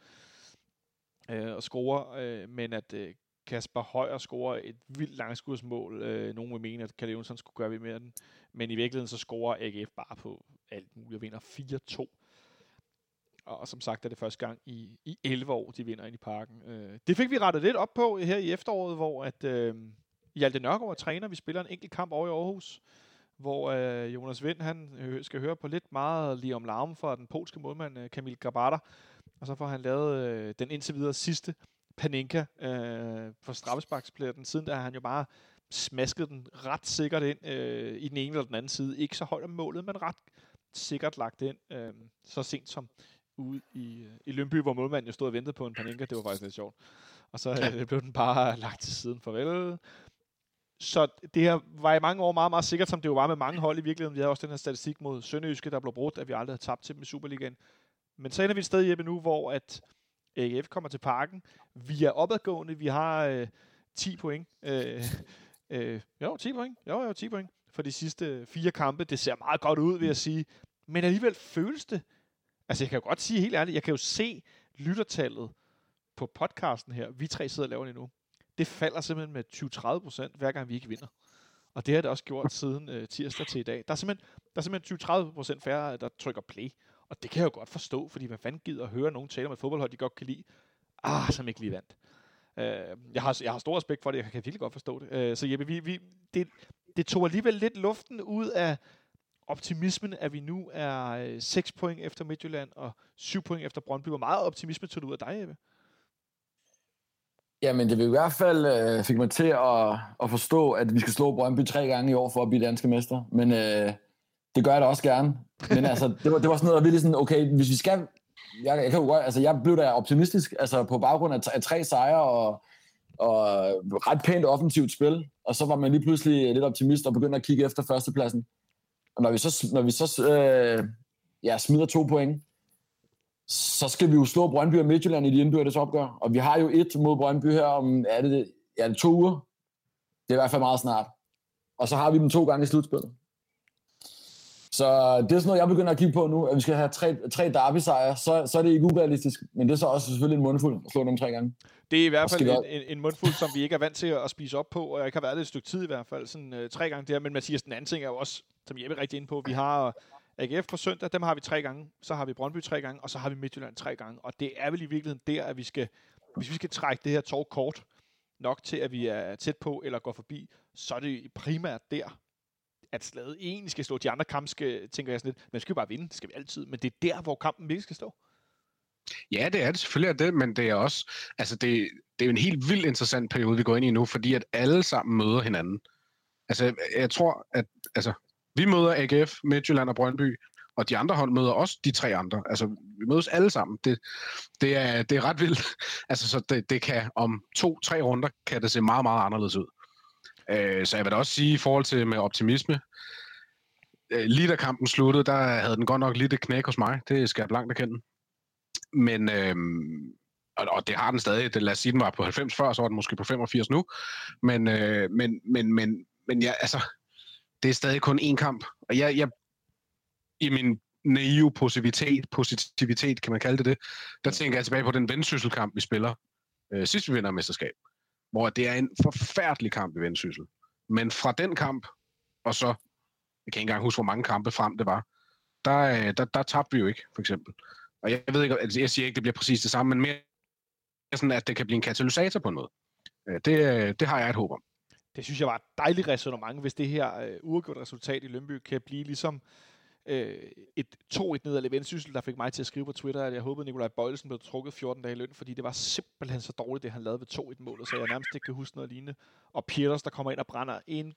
og scorer, men at Kasper Højer scorer et vildt langskudsmål. Nogen vil mene, at Kalle Jonsson skulle gøre ved med den. Men i virkeligheden så scorer AGF bare på alt muligt og vinder 4-2. Og som sagt er det første gang i 11 år, de vinder ind i Parken. Det fik vi rettet lidt op på her i efteråret, hvor at Hjalte Nørgaard er træner. Vi spiller en enkelt kamp over i Aarhus, hvor Jonas Vind han skal høre på lidt meget Liam Larm fra den polske målmand Kamil Grabata. Og så får han lavet den indtil videre sidste Panenka på straffesparkspletten. Siden der har han jo bare smasket den ret sikkert ind i den ene eller den anden side. Ikke så højt om målet, men ret sikkert lagt ind. Så sent som ude i Lyngby, hvor målmanden jo stod og ventede på en Panenka. Det var faktisk lidt sjovt. Og så blev den bare lagt til siden. Farvel. Så det her var i mange år meget, meget sikkert, som det jo var med mange hold i virkeligheden. Vi havde også den her statistik mod Sønderjyske, der blev brudt, at vi aldrig havde tabt til dem i Superligaen. Men så ender vi et sted, Jeppe, nu, hvor at AGF kommer til Parken. Vi er opadgående. Vi har 10 point. 10 point. Jo, 10 point for de sidste 4 kampe. Det ser meget godt ud, vil jeg sige. Men alligevel føles det. Altså, jeg kan jo godt sige helt ærligt, jeg kan jo se lyttertallet på podcasten her. Vi 3 sidder og laver det nu. Det falder simpelthen med 20-30%, hver gang vi ikke vinder. Og det har det også gjort siden tirsdag til i dag. Der er simpelthen 20-30% færre, der trykker play. Og det kan jeg jo godt forstå, fordi man fanden gider at høre nogen tale om et fodboldhold, de godt kan lide. Som ikke lige vandt. Jeg har stor respekt for det, jeg kan virkelig godt forstå det. Så Jeppe, det tog alligevel lidt luften ud af optimismen, at vi nu er 6 point efter Midtjylland og 7 point efter Brøndby. Hvor meget optimisme tog du ud af dig, Jeppe? Jamen, det vil i hvert fald fik mig til at forstå, at vi skal slå Brøndby 3 gange i år for at blive danske mester. Men det gør jeg da også gerne. Men altså, det var sådan noget, der virkelig sådan, okay, hvis vi skal... Jeg kan jo godt, altså, jeg blev da optimistisk, altså på baggrund af 3 sejre og ret pænt offensivt spil. Og så var man lige pludselig lidt optimist og begyndte at kigge efter førstepladsen. Og når vi så smider 2 point, så skal vi jo slå Brøndby og Midtjylland i de indbyrdes opgør. Og vi har jo 1 mod Brøndby her om, er det 2 uger? Det er i hvert fald meget snart. Og så har vi dem 2 gange i slutspillet. Så det er sådan noget, jeg begynder at kigge på nu, at vi skal have 3 derby-sejre, så er det ikke urealistisk. Men det er så også selvfølgelig en mundfuld at slå dem 3 gange. Det er i hvert fald en mundfuld, som vi ikke er vant til at spise op på, og jeg ikke har været det et stykke tid i hvert fald, sådan 3 gange det her. Men Mathias, den anden ting er jo også, som Jeppe er rigtig inde på, vi har AGF på søndag, dem har vi 3 gange, så har vi Brøndby 3 gange, og så har vi Midtjylland 3 gange. Og det er vel i virkeligheden der, at hvis vi skal trække det her tog kort nok til, at vi er tæt på eller går forbi, så er det primært der, at slaget egentlig skal stå. De andre kampe tænker jeg sådan lidt, men skal jo bare vinde, det skal vi altid. Men det er der, hvor kampen virkelig skal stå. Ja, det er det selvfølgelig er det, men det er også, altså det er jo en helt vildt interessant periode, vi går ind i nu, fordi at alle sammen møder hinanden. Altså, jeg tror, at vi møder AGF, Midtjylland og Brøndby, og de andre hold møder også de 3 andre. Altså, vi mødes alle sammen. Det er ret vildt. Altså, så det kan om 2-3 runder, kan det se meget, meget anderledes ud. Så jeg vil da også sige, i forhold til med optimisme, lige da kampen sluttede, der havde den godt nok lidt et knæk hos mig. Det skal jeg blankt erkende. Men, og det har den stadig. Lad os sige, den var på 90 før, så var den måske på 85 nu. Men ja, altså, det er stadig kun én kamp. Og jeg i min naive positivitet, kan man kalde det, der tænker jeg tilbage på den Vendsysselkamp, vi spiller sidst vi vinder mesterskab. Hvor det er en forfærdelig kamp i Vendsyssel. Men fra den kamp, og så, jeg kan ikke engang huske, hvor mange kampe frem det var, der tabte vi jo ikke, for eksempel. Og jeg ved ikke, altså jeg siger ikke, det bliver præcis det samme, men mere sådan, at det kan blive en katalysator på noget. Det har jeg et håb om. Det synes jeg var et dejligt ræsonnement, hvis det her uafgjort resultat i Lyngby kan blive ligesom et 2-1 nederlag i Vendsyssel, der fik mig til at skrive på Twitter, at jeg håbede, Nikolaj Bøjlesen blev trukket 14 dage i løn, fordi det var simpelthen så dårligt, det han lavede ved 2-1-målet, så jeg nærmest ikke kan huske noget lignende. Og Pieters, der kommer ind og brænder en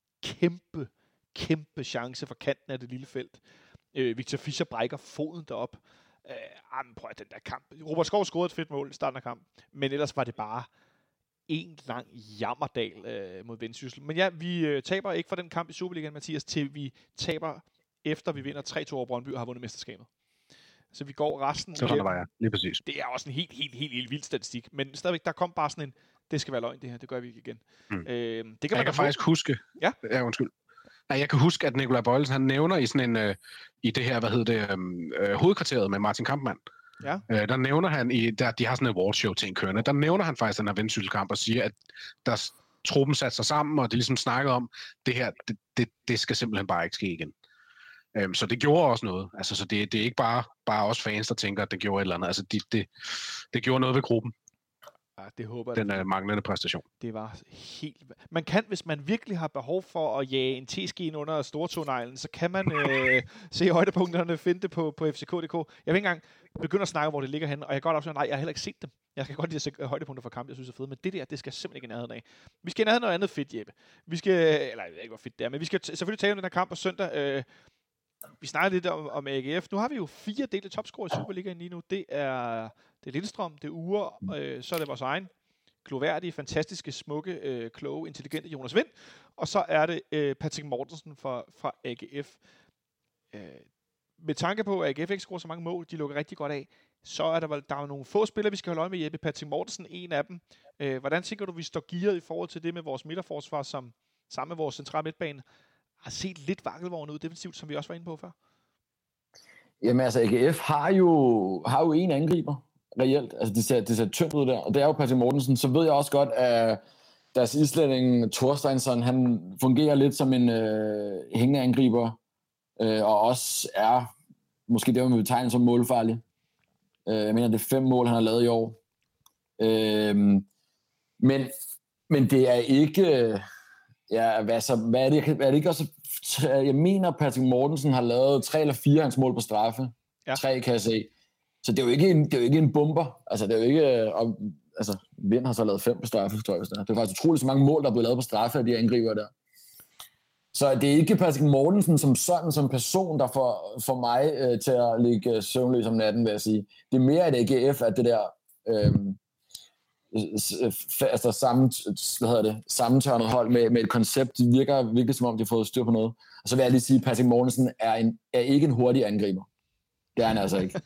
kæmpe chance for kanten af det lille felt. Victor Fischer brækker foden derop. Prøv at den der kamp. Robert Skov scorede et fedt mål i starten af kampen, men ellers var det bare en lang jammerdal mod Vendsyssel. Men ja, vi taber ikke for den kamp i Superligaen, Mathias, til vi taber efter vi vinder 3-2 over Brøndby og har vundet mesterskabet. Så vi går resten. Så var jeg, lige præcis. Det er også en helt vild statistik, men stadigvæk, der kom bare sådan en, det skal være løgn det her, det gør vi ikke igen. Det kan man faktisk huske. Ja, undskyld. Ja, jeg kan huske, at Nikolaj Bøjlesen, han nævner i sådan en, i det her, hovedkvarteret med Martin Kampmann. Ja. Der nævner han, de har sådan en awardshow-ting kørende, der nævner han faktisk den her Vendsysselkamp og siger, at der truppen satte sig sammen, og det ligesom snakker om, det her, det skal simpelthen bare ikke ske igen. Så det gjorde også noget. Altså, så det er ikke bare os fans, der tænker, at det gjorde et eller andet. Altså, det gjorde noget ved gruppen. Ja, det håber jeg. Den manglende præstation. Det var helt... Man kan, hvis man virkelig har behov for at jage en teske ind under stortåneglen, så kan man se højdepunkterne, finde det på fck.dk. Jeg vil ikke engang begynde at snakke, hvor det ligger henne, og jeg kan godt afsløre, nej, jeg har heller ikke set dem. Jeg kan godt lide at se højdepunkter fra kamp, jeg synes er fedt, men det skal simpelthen ikke i nærheden af. Vi skal i nærheden af noget andet fedt, Jeppe. Vi skal... Eller jeg ved ikke, hvor fedt det er, men vi skal selvfølgelig tale om den her kamp på søndag. Vi snakker lidt om AGF. Nu har vi jo 4 delte topscorer i Superligaen lige nu. Det er Lindstrøm, det er Ure, så er det vores egen gloværdige, fantastiske, smukke, kloge, intelligente Jonas Vind, og så er det Patrick Mortensen fra AGF. Med tanke på, at AGF ikke scorer så mange mål, de lukker rigtig godt af, så er der er nogle få spillere, vi skal holde øje med, Jeppe. Patrick Mortensen, en af dem. Hvordan tænker du, vi står gearet i forhold til det med vores midterforsvar, som sammen med vores centrale midtbane har set lidt vakkelvogn ud defensivt, som vi også var inde på før? Jamen altså, AGF har jo en angriber, reelt. Altså, det ser tyndt ud der, og det er jo Patrick Mortensen. Så ved jeg også godt, at deres islænding Thorsteinsson, han fungerer lidt som en hængende angriber, og også er måske det, man vil betegne som målfarlig. Jeg mener, det er 5 mål, han har lavet i år. Men det er ikke... Ja, hvad er det? Er det ikke også... Jeg mener, Patrick Mortensen har lavet 3 eller 4 hans mål på straffe. Ja. 3 kan jeg se. Så det er jo ikke en bomber. Altså, det er jo ikke... Vind har så lavet 5 på straffe, tror jeg. Det er faktisk utroligt så mange mål, der er blevet lavet på straffe af de angriber der. Så det er ikke Patrick Mortensen som person, der får mig til at ligge søvnløs om natten, vil jeg sige. Det er mere et AGF, at det der... sammentørnet hold med et koncept, det virker virkelig som om, de har fået styr på noget. Og så vil jeg lige sige, at Patrick Mortensen er ikke en hurtig angriber. Det er han altså ikke.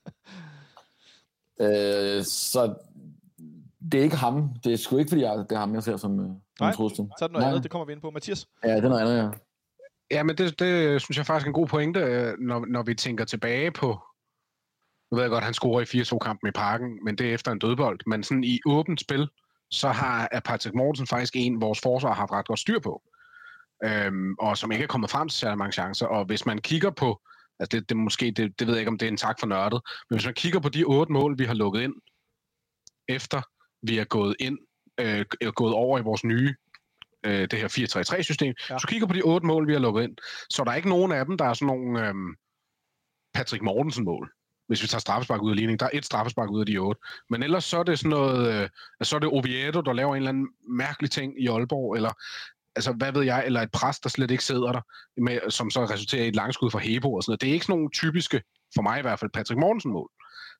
Så det er ikke ham. Det er sgu ikke, fordi det er ham, jeg ser som trussel. Så er det noget andet, det kommer vi ind på. Mathias? Ja, det er noget andet, ja. Ja, men det synes jeg faktisk er en god pointe, når vi tænker tilbage på. Nu ved jeg godt, han scorer i 4-2-kampen i Parken, men det er efter en dødbold. Men sådan i åbent spil, så er Patrick Mortensen faktisk en, vores forsvar har haft ret godt styr på. Og som ikke er kommet frem til særlig mange chancer. Og hvis man kigger på, altså det ved jeg ikke, om det er en tak for nørdet, men hvis man kigger på de 8 mål, vi har lukket ind, efter vi er gået over i vores nye, det her 4-3-3-system, ja. Så kigger på de 8 mål, vi har lukket ind, så der er ikke nogen af dem, der er sådan nogle Patrick Mortensen-mål. Hvis vi tager straffespark ud af ligningen. Der er 1 straffespark ud af de 8. Men ellers så er det sådan noget... så er det Oviedo, der laver en eller anden mærkelig ting i Aalborg, eller altså, hvad ved jeg, eller et pres, der slet ikke sidder der, som så resulterer i et langskud fra Hebo og sådan noget. Det er ikke sådan nogle typiske, for mig i hvert fald, Patrick Mortensen-mål.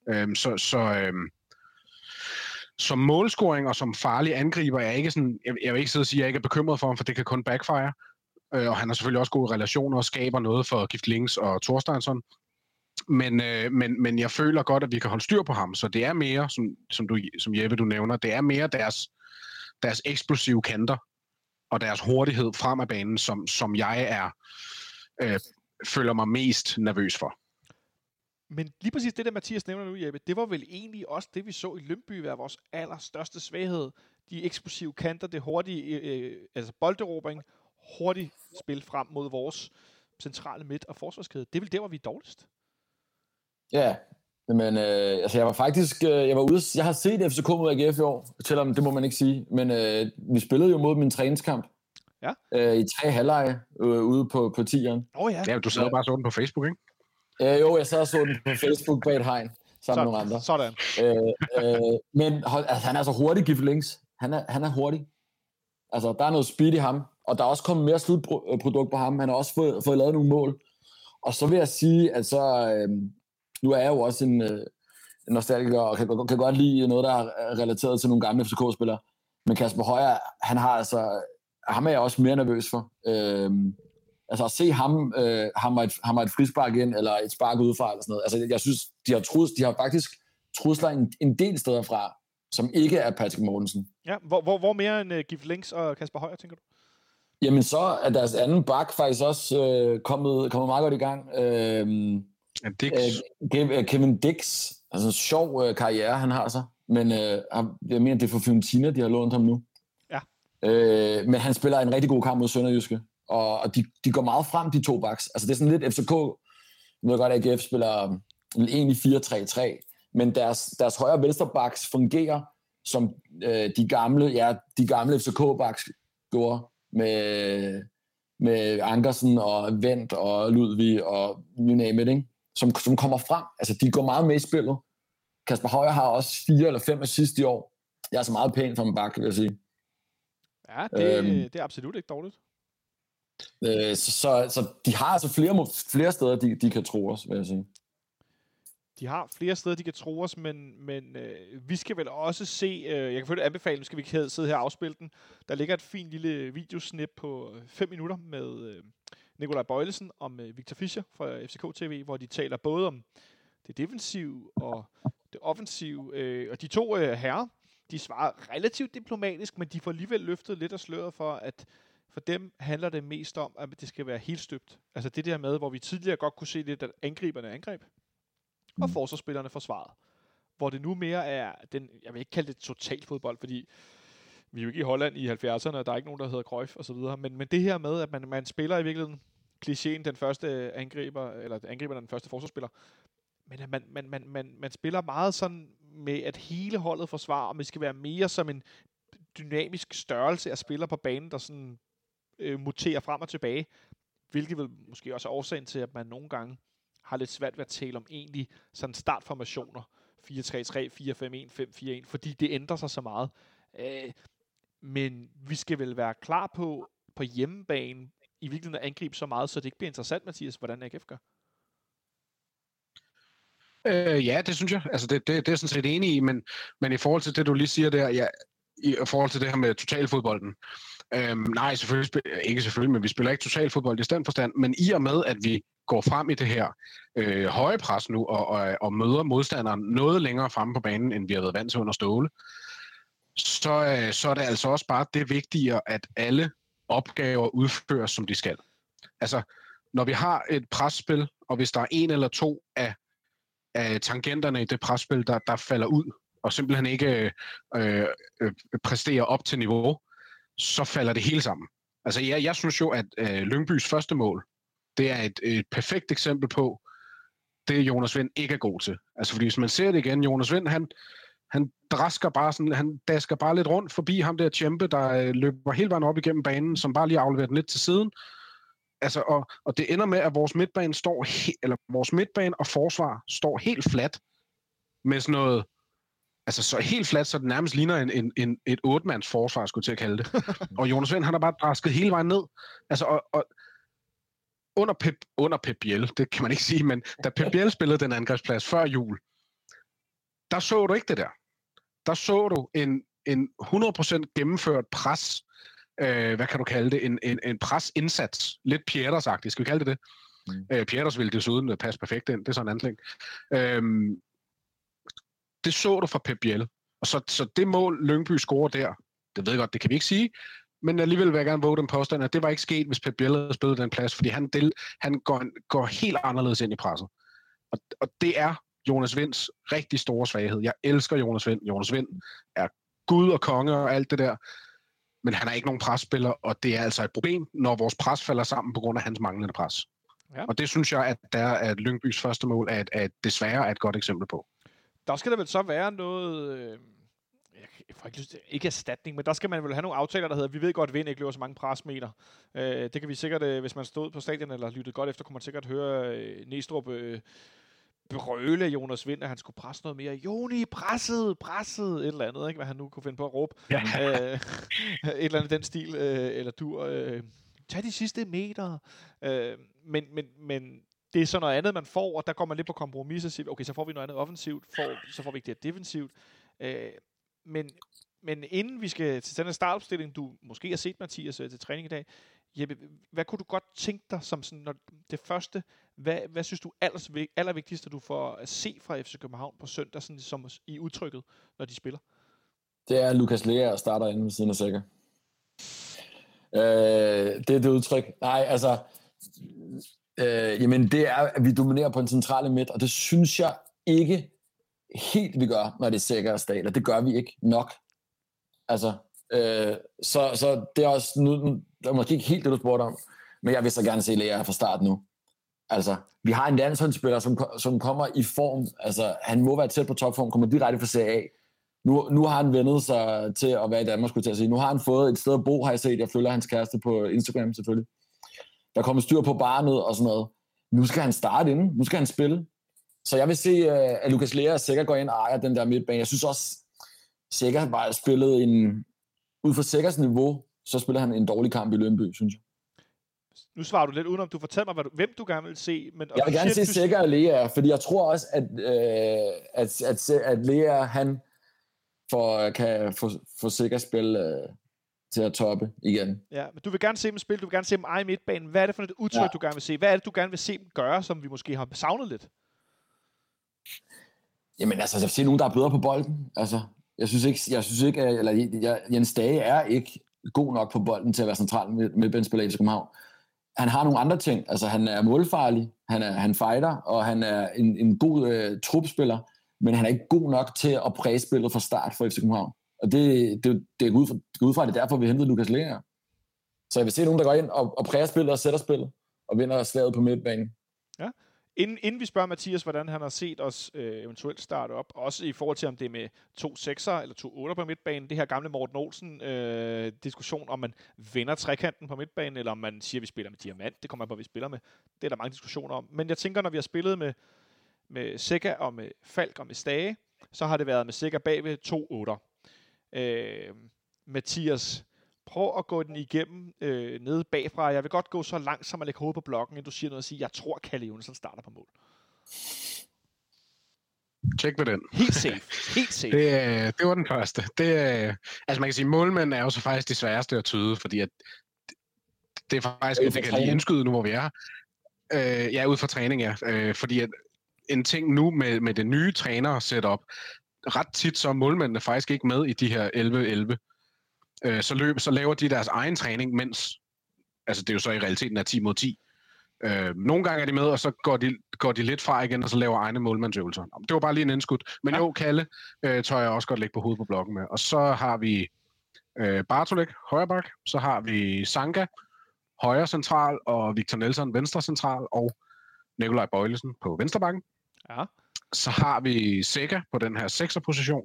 Som målscoring og som farlig angriber er ikke sådan... Jeg vil ikke sidde og sige, at jeg ikke er bekymret for ham, for det kan kun backfire. og han har selvfølgelig også gode relationer og skaber noget for Gift Links og Thorsteinsson. Men jeg føler godt, at vi kan holde styr på ham, så det er mere, som Jeppe, du nævner, det er mere deres eksplosive kanter og deres hurtighed frem af banen, som jeg føler mig mest nervøs for. Men lige præcis det der, Mathias nævner nu, Jeppe, det var vel egentlig også det, vi så i Lyngby være vores allerstørste svaghed. De eksplosive kanter, det hurtige, altså bolderobring, hurtigt spil frem mod vores centrale midt- og forsvarskæde. Det er vel der, hvor vi er dårligst. Ja, men altså jeg var ude, jeg har set FCK mod AGF i år, selvom det må man ikke sige, men vi spillede jo mod min træningskamp i 3 halvleje ude på 10'eren. Ja, du sad bare så den på Facebook, ikke? Jo, jeg sad og så den på Facebook bag et hegn, sammen med nogle andre. Sådan. Men altså, han er så hurtig, Gift Links. Han er hurtig. Altså, der er noget speed i ham, og der er også kommet mere slutprodukt på ham. Han har også fået lavet nogle mål. Og så vil jeg sige, at så... nu er jeg jo også en nostalgiker, og kan godt lide noget, der er relateret til nogle gamle FCK-spillere. Men Kasper Højer, ham er jeg også mere nervøs for. Altså at se ham har et frispark ind, eller et spark udefra, eller sådan noget. Altså jeg synes, de har faktisk trusler en del steder fra, som ikke er Patrick Mortensen. Ja, hvor mere end Gift Links og Kasper Højer, tænker du? Jamen så er deres anden bak faktisk også kommet meget godt i gang. Kevin Dix, altså en sjov karriere, han har så. Men jeg mener, det er for Fiorentina, de har lånt ham nu. Ja. Men han spiller en rigtig god kamp mod Sønderjyske. Og de går meget frem, de 2 backs. Altså det er sådan lidt FCK, jeg ved godt, at AGF spiller egentlig 4-3-3, men deres højre og venstre backs fungerer som de gamle FCK-backs gjorde med Ankersen og Wendt og Ludvig og you name it, ikke? Som kommer frem. Altså de går meget med i spillet. Kasper Højer har også 4 eller 5 assist i år. Det er altså meget pænt for en bak, vil jeg sige. Ja, det er absolut ikke dårligt. Så de har altså flere steder, de kan tro os, vil jeg sige. De har flere steder, de kan tro os, men vi skal vel også se, jeg kan følge anbefale, nu skal vi ikke sidde her og afspille den. Der ligger et fint lille videosnip på 5 minutter med Nikolaj Bøjlesen om Victor Fischer fra FCK TV, hvor de taler både om det defensive og det offensive, og de 2 herrer, de svarer relativt diplomatisk, men de får alligevel løftet lidt af sløret for, at for dem handler det mest om, at det skal være helt støbt. Altså det der med, hvor vi tidligere godt kunne se lidt, at angriberne angreb, og forsvarsspillerne forsvaret. Hvor det nu mere er jeg vil ikke kalde det totalfodbold, fordi vi er jo ikke i Holland i 70'erne, og der er ikke nogen, der hedder Cruyff og så videre. Men det her med, at man spiller i virkeligheden klichéen den første angriber, eller angriber den første forsvarsspiller, men at man spiller meget sådan med, at hele holdet forsvarer, og det skal være mere som en dynamisk størrelse af spillere på banen, der sådan muterer frem og tilbage, hvilket vil måske også er årsagen til, at man nogle gange har lidt svært ved at tale om egentlig sådan startformationer, 4-3-3, 4-5-1, 5-4-1, fordi det ændrer sig så meget. Men vi skal vel være klar på hjemmebane, i virkeligheden at angribe så meget, så det ikke bliver interessant, Mathias, hvordan AGF gør. Ja, det synes jeg. Altså, det er jeg sådan set enig i, men i forhold til det, du lige siger der, ja, i forhold til det her med totalfodbolden, nej, selvfølgelig, men vi spiller ikke totalfodbold i den forstand, men i og med, at vi går frem i det her høje pres nu, og møder modstanderen noget længere fremme på banen, end vi har været vant til under Ståle, så er det altså også bare det vigtigere, at alle opgaver udføres, som de skal. Altså, når vi har et presspil, og hvis der er 1 eller 2 af tangenterne i det presspil, der falder ud, og simpelthen ikke præsterer op til niveau, så falder det hele sammen. Altså, jeg synes jo, at Lyngbys første mål, det er et perfekt eksempel på, det Jonas Wind ikke er god til. Altså, fordi hvis man ser det igen, Jonas Wind, han dasker bare lidt rundt forbi ham der Tjempe, der løber hele vejen op igennem banen, som bare lige afleverer den lidt til siden. Altså, og det ender med, at vores midtbane og forsvar står helt fladt med sådan noget, altså så helt fladt, så det nærmest ligner et 8-mands forsvar, skulle jeg til at kalde det. Og Jonas Wind, han har bare drasket hele vejen ned. Altså, og under Pep Biel, det kan man ikke sige, men da Pep Biel spillede den angrebsplads før jul, der så du ikke det der. Der så du en 100% gennemført pres hvad kan du kalde det, en presindsats. Lidt Pieters-agtigt, skal vi kalde det det? Pieters ville desuden passe perfekt ind, det er sådan en anden ting. Det så du fra Pep Biel. Og så det mål, Lyngby scorer der, det ved jeg godt, det kan vi ikke sige, men alligevel vil jeg gerne våge den påstand, at det var ikke sket, hvis Pep Biel havde spillet den plads, fordi han går helt anderledes ind i presset. Og det er Jonas Vinds rigtig store svaghed. Jeg elsker Jonas Vind. Jonas Vind er gud og konge og alt det der, men han er ikke nogen presspiller, og det er altså et problem, når vores pres falder sammen på grund af hans manglende pres. Ja. Og det synes jeg, at Lyngbys første mål desværre er et godt eksempel på. Der skal der vel så være noget... Jeg får ikke lyst til, ikke erstatning, men der skal man vel have nogle aftaler, der hedder, vi ved godt, at Vind ikke løber så mange presmeter. Det kan vi sikkert, hvis man stod på stadion eller lyttede godt efter, kunne man sikkert høre Næstrup brøle Jonas Vind, at han skulle presse noget mere. Joni, presset, et eller andet, ikke? Hvad han nu kunne finde på at råbe. Ja. Et eller andet den stil, eller tag de sidste meter. Men det er så noget andet, man får, og der går man lidt på kompromis og siger, okay, så får vi noget andet offensivt, så får vi ikke det her defensivt. Men inden vi skal til den her startopstilling, du måske har set, Mathias, til træning i dag, Jeppe, hvad kunne du godt tænke dig som sådan, når det første, hvad synes du allervigtigste, du får at se fra FC København på søndag, sådan som i udtrykket, når de spiller? Det er Lukas Lea, der starter inde ved siden af Sækker. Det er det udtryk. Nej, altså, jamen det er, at vi dominerer på en centrale midt, og det synes jeg ikke helt vi gør, når det er Sækker og Stahler. Det gør vi ikke nok. Altså, så det er også nu, det er måske ikke helt det, du spurgte om, men jeg vil så gerne se Lea fra start nu. Altså, vi har en landsholdsspiller, som kommer i form, altså han må være tæt på topform, kommer direkte fra Serie A. Nu har han vendet sig til at være i Danmark, skulle jeg til at sige. Nu har han fået et sted at bo, har jeg set. Jeg følger hans kæreste på Instagram selvfølgelig. Der kommer styr på barnet og sådan noget. Nu skal han starte inden. Nu skal han spille. Så jeg vil se, at Lukas Lea sikkert går ind og ejer den der midtbane. Jeg synes også, Sækker bare spillet ud fra Sækkers niveau, så spiller han en dårlig kamp i Lyngby, synes jeg. Nu svarer du lidt udenom. Du fortæller mig, hvem du gerne vil se. Men jeg vil gerne se Sækker og Lea, fordi jeg tror også, at Lea, han kan få Sækkers spil til at toppe igen. Ja, men du vil gerne se dem spille, du vil gerne se dem eje midtbanen. Hvad er det for et udtryk, du gerne vil se? Hvad er det, du gerne vil se dem gøre, som vi måske har savnet lidt? Jamen altså, jeg ser nogen, der er bedre på bolden. Altså, jeg synes ikke, Jens Dage er ikke god nok på bolden til at være central midtbanespiller i FC København. Han har nogle andre ting. Altså, han er målfarlig, han fighter, og han er en god trupspiller, men han er ikke god nok til at præge spillet fra start for FC København. Og det er ud fra, det er derfor, vi hentede Lukas Lea. Så jeg vil se nogen, der går ind og præger spillet og sætter spillet, og vinder slaget på midtbanen. Ja. Inden vi spørger Mathias, hvordan han har set os eventuelt starte op, også i forhold til, om det er med 2 6'er eller 2 8'er på midtbanen, det her gamle Morten Olsen diskussion, om man vender trekanten på midtbanen, eller om man siger, at vi spiller med diamant, det kommer an på, vi spiller med. Det er der mange diskussioner om. Men jeg tænker, når vi har spillet med Sækker og med Falk og med Stage, så har det været med Sækker bagved 2 8'er. Mathias, prøv at gå den igennem nede bagfra. Jeg vil godt gå så langt, som at lægge hovedet på blokken, end du siger noget og sige, jeg tror, Kalle Jonsson starter på mål. Tjek med den. Helt safe. Det var den første. Altså man kan sige, målmanden er jo så faktisk det sværeste at tyde, fordi at det er faktisk, det kan lige indskyde nu, hvor vi er. Ja, ud fra træning, ja. Fordi at en ting nu med det nye træner-setup, ret tit så er målmændene faktisk ikke med i de her 11-11. Så laver de deres egen træning, mens altså det er jo så i realiteten er 10 mod 10. Nogle gange er de med, og så går de lidt fra igen, og så laver egne målmandsøvelser. Det var bare lige en indskud. Men jo, Kalle tør jeg også godt lægge på hovedet på blokken med. Og så har vi Bartolek, højre bak. Så har vi Sanka, højre central, og Victor Nelson, venstre central, og Nikolaj Bøjlesen på venstre bakken. Ja. Så har vi Sækker på den her 6'er-position.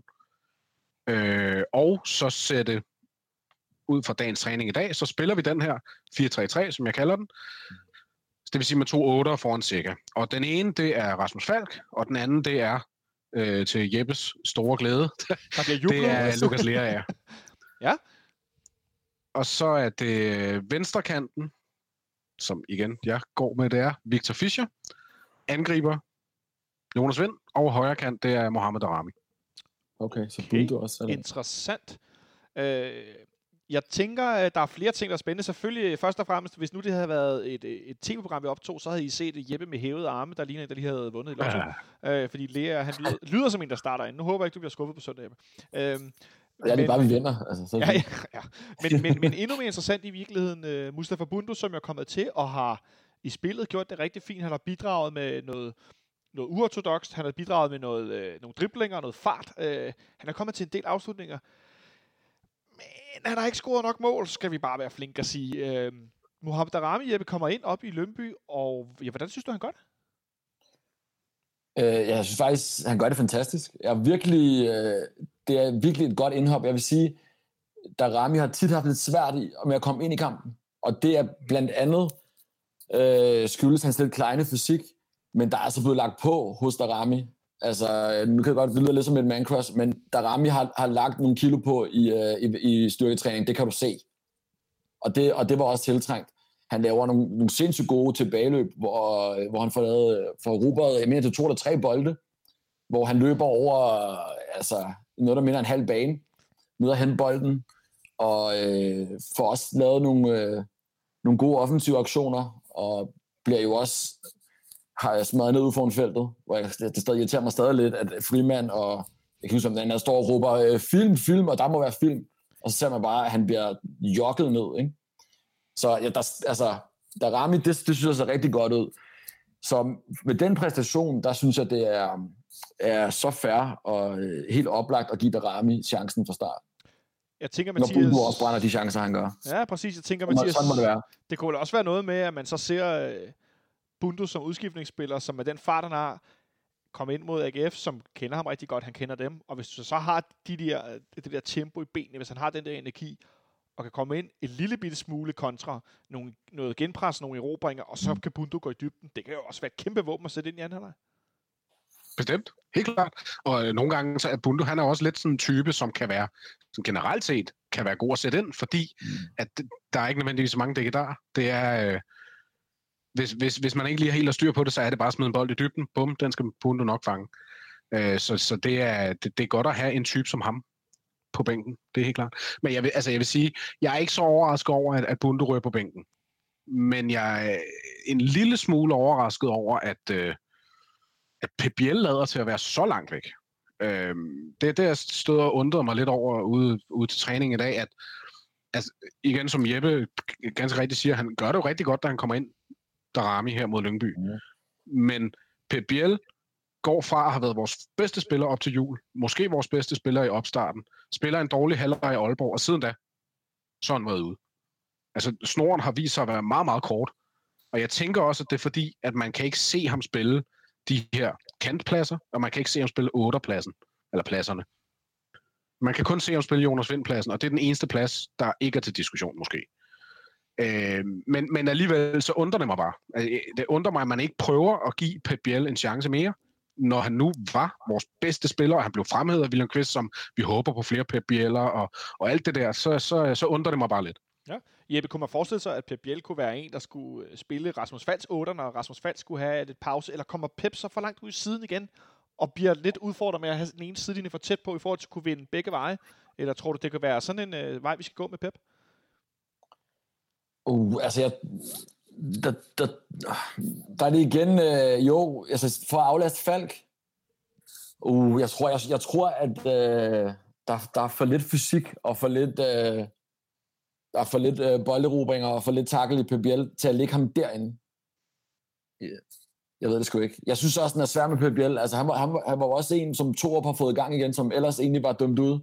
Og så sætte ud fra dagens træning i dag, så spiller vi den her 4-3-3, som jeg kalder den. Det vil sige med 2 8'er foran Sækker. Og den ene, det er Rasmus Falk, og den anden, det er til Jeppes store glæde. Det er Lukas Lea, ja. Ja. Og så er det venstrekanten, som igen, jeg går med, det er Victor Fischer. Angriber Jonas Vind, og højre kant, det er Mohamed Darami. Okay, så Buldo også. Interessant. Jeg tænker, at der er flere ting, der er spændende. Selvfølgelig, først og fremmest, hvis nu det havde været et tv-program, vi optog, så havde I set Jeppe med hævede arme, der ligner en, der lige havde vundet i lotto. Fordi Lea, han lyder som en, der starter ind. Nu håber jeg ikke, du bliver skuffet på søndag, Jeppe. Ja, det er bare, vi vinder. Altså, så ja. Men endnu mere interessant i virkeligheden, Mustafa Bundu, som er kommet til og har i spillet gjort det rigtig fint. Han har bidraget med noget uortodokst. Han har bidraget med nogle driblinger og noget fart. Han er kommet til en del afslutninger. Men han har ikke scoret nok mål, skal vi bare være flinke at sige. Mohamed Daramy, Jeppe, kommer ind op i Lyngby, og hvordan synes du, han gør det? Jeg synes faktisk, han gør det fantastisk. Det er virkelig et godt indhop. Jeg vil sige, Daramy har tit haft lidt svært med at komme ind i kampen. Og det er blandt andet skyldes hans lidt kleine fysik, men der er altså blevet lagt på hos Daramy. Altså, nu kan jeg godt lyde lidt som et man-crush, men Daramy har lagt nogle kilo på i styrketræning. Det kan du se. Og det var også tiltrængt. Han laver nogle sindssygt gode tilbageløb, hvor han får erobret, jeg mener, det 2 eller 3 bolde, hvor han løber over noget, der minder en halv bane, ned og hente bolden, og får også lavet nogle gode offensive aktioner, og bliver jo også har smadret ned ud foran feltet, hvor det stadig irriterer mig stadig lidt, at Freeman og jeg kan huske, om den der står og råber film, og der må være film, og så ser man bare, at han bliver jogget ned, ikke? Så ja, Daramy, det synes jeg ser rigtig godt ud. Så med den præstation, der synes jeg, det er så fair og helt oplagt at give Daramy chancen fra start. Jeg tænker, Mathias... Når Bundu også brænder de chancer, han gør. Ja, præcis. Jeg tænker, Mathias... Sådan må det være. Det kunne også være noget med, at man så ser Bundu som udskiftningsspiller, som med den fart, han har, komme ind mod AGF, som kender ham rigtig godt, han kender dem. Og hvis du så har det der tempo i benene, hvis han har den der energi, og kan komme ind et lille bitte smule kontra noget genpres, nogle erobringer, og så kan Bundu gå i dybden. Det kan jo også være et kæmpe våben at sætte ind i anden halvleg. Bestemt. Helt klart. Og nogle gange så er Bundu, han er også lidt sådan en type, som kan være, som generelt set, kan være god at sætte ind, fordi at der er ikke nødvendigvis så mange dække der. Det er, hvis man ikke lige har helt styr på det, så er det bare at smide en bold i dybden. Bum, den skal Bundu nok fange. Så det er godt at have en type som ham på bænken. Det er helt klart. Men jeg vil sige, jeg er ikke så overrasket over, at Bundu rører på bænken. Men jeg er en lille smule overrasket over, at Pep Biel lader til at være så langt væk. Det stod og undrede mig lidt over ude til træning i dag, at altså, igen som Jeppe ganske rigtigt siger, han gør det jo rigtig godt, da han kommer ind, Daramy her mod Lyngby. Men Pep Biel går fra at have været vores bedste spiller op til jul, måske vores bedste spiller i opstarten, spiller en dårlig halvleg i Aalborg, og siden da, så er han været ude. Altså, snoren har vist sig at være meget, meget kort. Og jeg tænker også, at det er fordi, at man kan ikke se ham spille de her kantpladser, og man kan ikke se ham spille 8'er-pladsen, eller pladserne. Man kan kun se ham spille Jonas Vind-pladsen, og det er den eneste plads, der ikke er til diskussion, måske. Men alligevel, så undrer det mig bare. Det undrer mig, at man ikke prøver at give Pep Biel en chance mere, når han nu var vores bedste spiller, og han blev fremhævet af William Kvist, som vi håber på flere Pep Bieler, og alt det der, så undrer det mig bare lidt. Ja. Jeppe, kunne man forestille sig, at Pep Biel kunne være en, der skulle spille Rasmus Falks 8'er, når Rasmus Falk skulle have et pause, eller kommer Pep så for langt ud i siden igen, og bliver lidt udfordret med at have den ene sidelinje for tæt på, i forhold til at kunne vinde begge veje? Eller tror du, det kan være sådan en vej, vi skal gå med Pep? Altså, der er det igen, for at aflaste Falk. Jeg tror, at der er for lidt fysik, og for lidt... Der er for lidt bolderobringer og for lidt tackle i Pep Biel til at lægge ham derinde. Jeg ved det sgu ikke. Jeg synes også, den er svær med Pep Biel. Altså, han var også en, som 2 år har fået i gang igen, som ellers egentlig var dømt ud.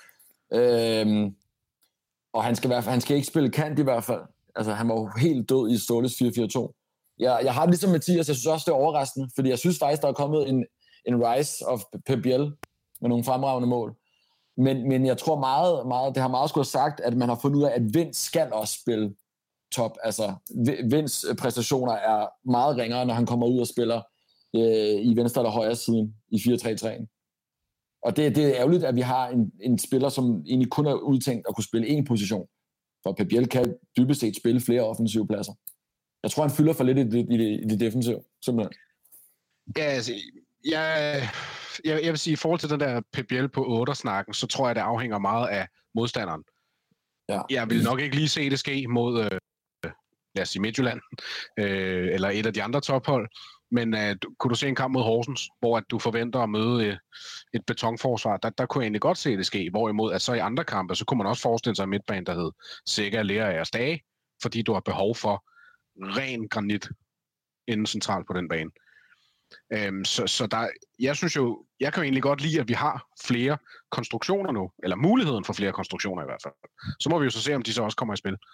Og han skal ikke spille kant i hvert fald. Altså, han var jo helt død i Ståles 4-4-2. Jeg har det ligesom Mathias, jeg synes også, det er overraskende, fordi jeg synes faktisk, der er kommet en rise of Pep Biel med nogle fremragende mål. Men jeg tror meget, det har meget skulle have sagt, at man har fundet ud af, at Vind skal også spille top. Altså, Vinds præstationer er meget ringere, når han kommer ud og spiller i venstre eller højre siden i 4-3-3'en. Og det er ærgerligt, at vi har en spiller, som egentlig kun er udtænkt at kunne spille en position. For Pep Biel kan dybest set spille flere offensive pladser. Jeg tror, han fylder for lidt i det defensive, simpelthen. Ja, altså, jeg vil sige, i forhold til den der Pep Biel på 8'er-snakken, så tror jeg, det afhænger meget af modstanderen. Ja. Jeg vil nok ikke lige se det ske mod, lad os sige Midtjylland, eller et af de andre tophold. Men kunne du se en kamp mod Horsens, hvor at du forventer at møde et betonforsvar, der kunne jeg egentlig godt se det ske. Hvorimod at så i andre kampe, så kunne man også forestille sig en midtbane, der hed Sikker, Lerager og Stage, fordi du har behov for ren granit inden centralt på den bane. Så der, jeg kan jo egentlig godt lide, at vi har flere konstruktioner nu, eller muligheden for flere konstruktioner i hvert fald. Så må vi jo så se, om de så også kommer i spil.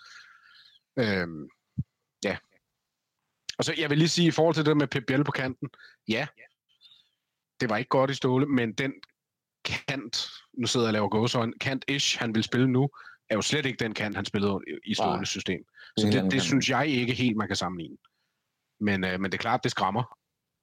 Ja. Og så jeg vil lige sige, i forhold til det med Pep Biel på kanten, ja, det var ikke godt i Ståle, men den kant, nu sidder jeg og laver gåsøjne, kant-ish, han vil spille nu, er jo slet ikke den kant, han spillede i Ståles system. Så det synes jeg ikke helt, man kan sammenligne. Men det er klart, det skræmmer.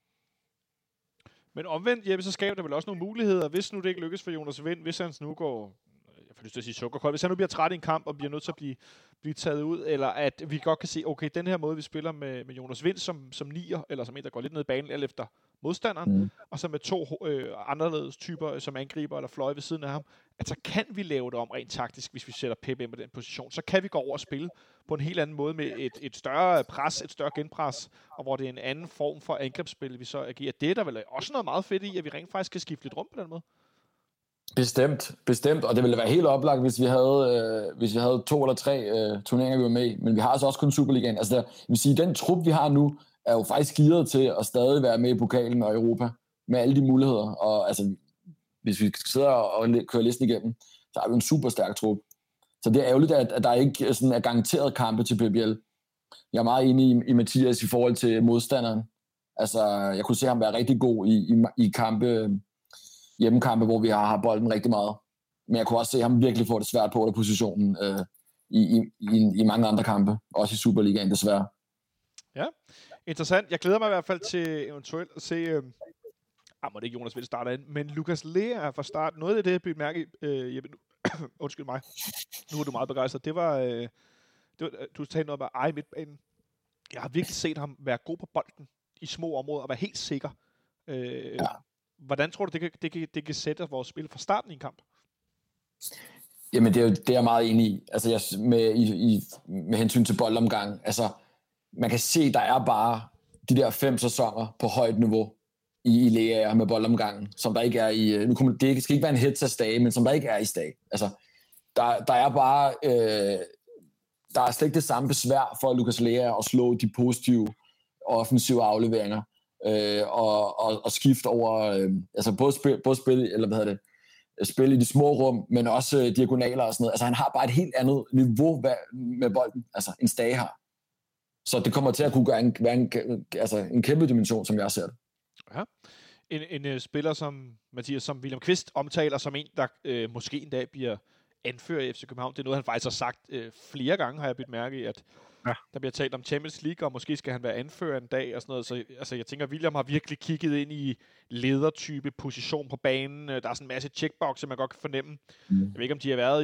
Men omvendt, Jeppe, så skaber det vel også nogle muligheder, hvis nu det ikke lykkes for Jonas Wind, hvis han nu går, jeg får lyst til at sige sukkerkold, hvis han nu bliver træt i en kamp og bliver nødt til at blive taget ud, eller at vi godt kan se, okay, den her måde, vi spiller med Jonas Wind som nier, eller som en, der går lidt ned i banen, eller efter modstanderen, og så med to anderledes typer, som angriber eller fløje ved siden af ham, at så kan vi lave det om rent taktisk, hvis vi sætter Pep ind på den position. Så kan vi gå over og spille på en helt anden måde med et større pres, et større genpres, og hvor det er en anden form for angrebsspil, vi så agerer. Det er der vel også noget meget fedt i, at vi rent faktisk kan skifte lidt rundt på den måde. Bestemt, og det ville være helt oplagt, hvis vi havde 2 eller 3 turneringer, vi var med i, men vi har altså også kun Superligaen. Altså jeg vil sige, den trup, vi har nu, er jo faktisk gearet til at stadig være med i pokalen og Europa, med alle de muligheder, og altså, hvis vi sidder og kører listen igennem, så har vi en super stærk trup. Så det er ærgerligt, at der ikke sådan er garanteret kampe til PBL. Jeg er meget enig i Mathias i forhold til modstanderen. Altså, jeg kunne se ham være rigtig god i kampe, hjemmekampe, hvor vi har bolden rigtig meget. Men jeg kunne også se ham virkelig få det svært på positionen i mange andre kampe, også i Superligaen desværre. Ja, interessant. Jeg glæder mig i hvert fald til eventuelt at se, må det ikke Jonas Wind starter ind, men Lukas Lea er fra start. Noget af det, jeg blev mærke i, Jeppe, undskyld mig, nu er du meget begejstret. Det var du talte noget om at midtbanen. Jeg har virkelig set ham være god på bolden i små områder og være helt sikker. Ja. Hvordan tror du, det kan sætte vores spil fra starten i en kamp? Jamen, det er jeg meget enig i. Altså, med hensyn til boldomgang. Altså, man kan se, der er bare de der 5 sæsoner på højt niveau i Lea med boldomgangen, som der ikke er i... Det skal ikke være en hits af Stage, men som der ikke er i Stage. Altså, der er bare... der er slet ikke det samme besvær for Lukas Lea at slå de positive offensive afleveringer og skifte over... altså, både spil, eller hvad hedder det, spil i de små rum, men også diagonaler og sådan noget. Altså, han har bare et helt andet niveau med bolden, altså, end Stage har. Så det kommer til at kunne være en kæmpe dimension, som jeg ser det. Ja. En spiller som Mathias, som William Kvist omtaler som en, der måske en dag bliver anfører i FC København. Det er noget, han faktisk har sagt flere gange, har jeg bidt mærke i, at der bliver talt om Champions League, og måske skal han være anfører en dag og sådan noget. Så altså, jeg tænker, at William har virkelig kigget ind i ledertype position på banen. Der er sådan en masse checkboxer, man godt kan fornemme. Jeg ved ikke, om de har været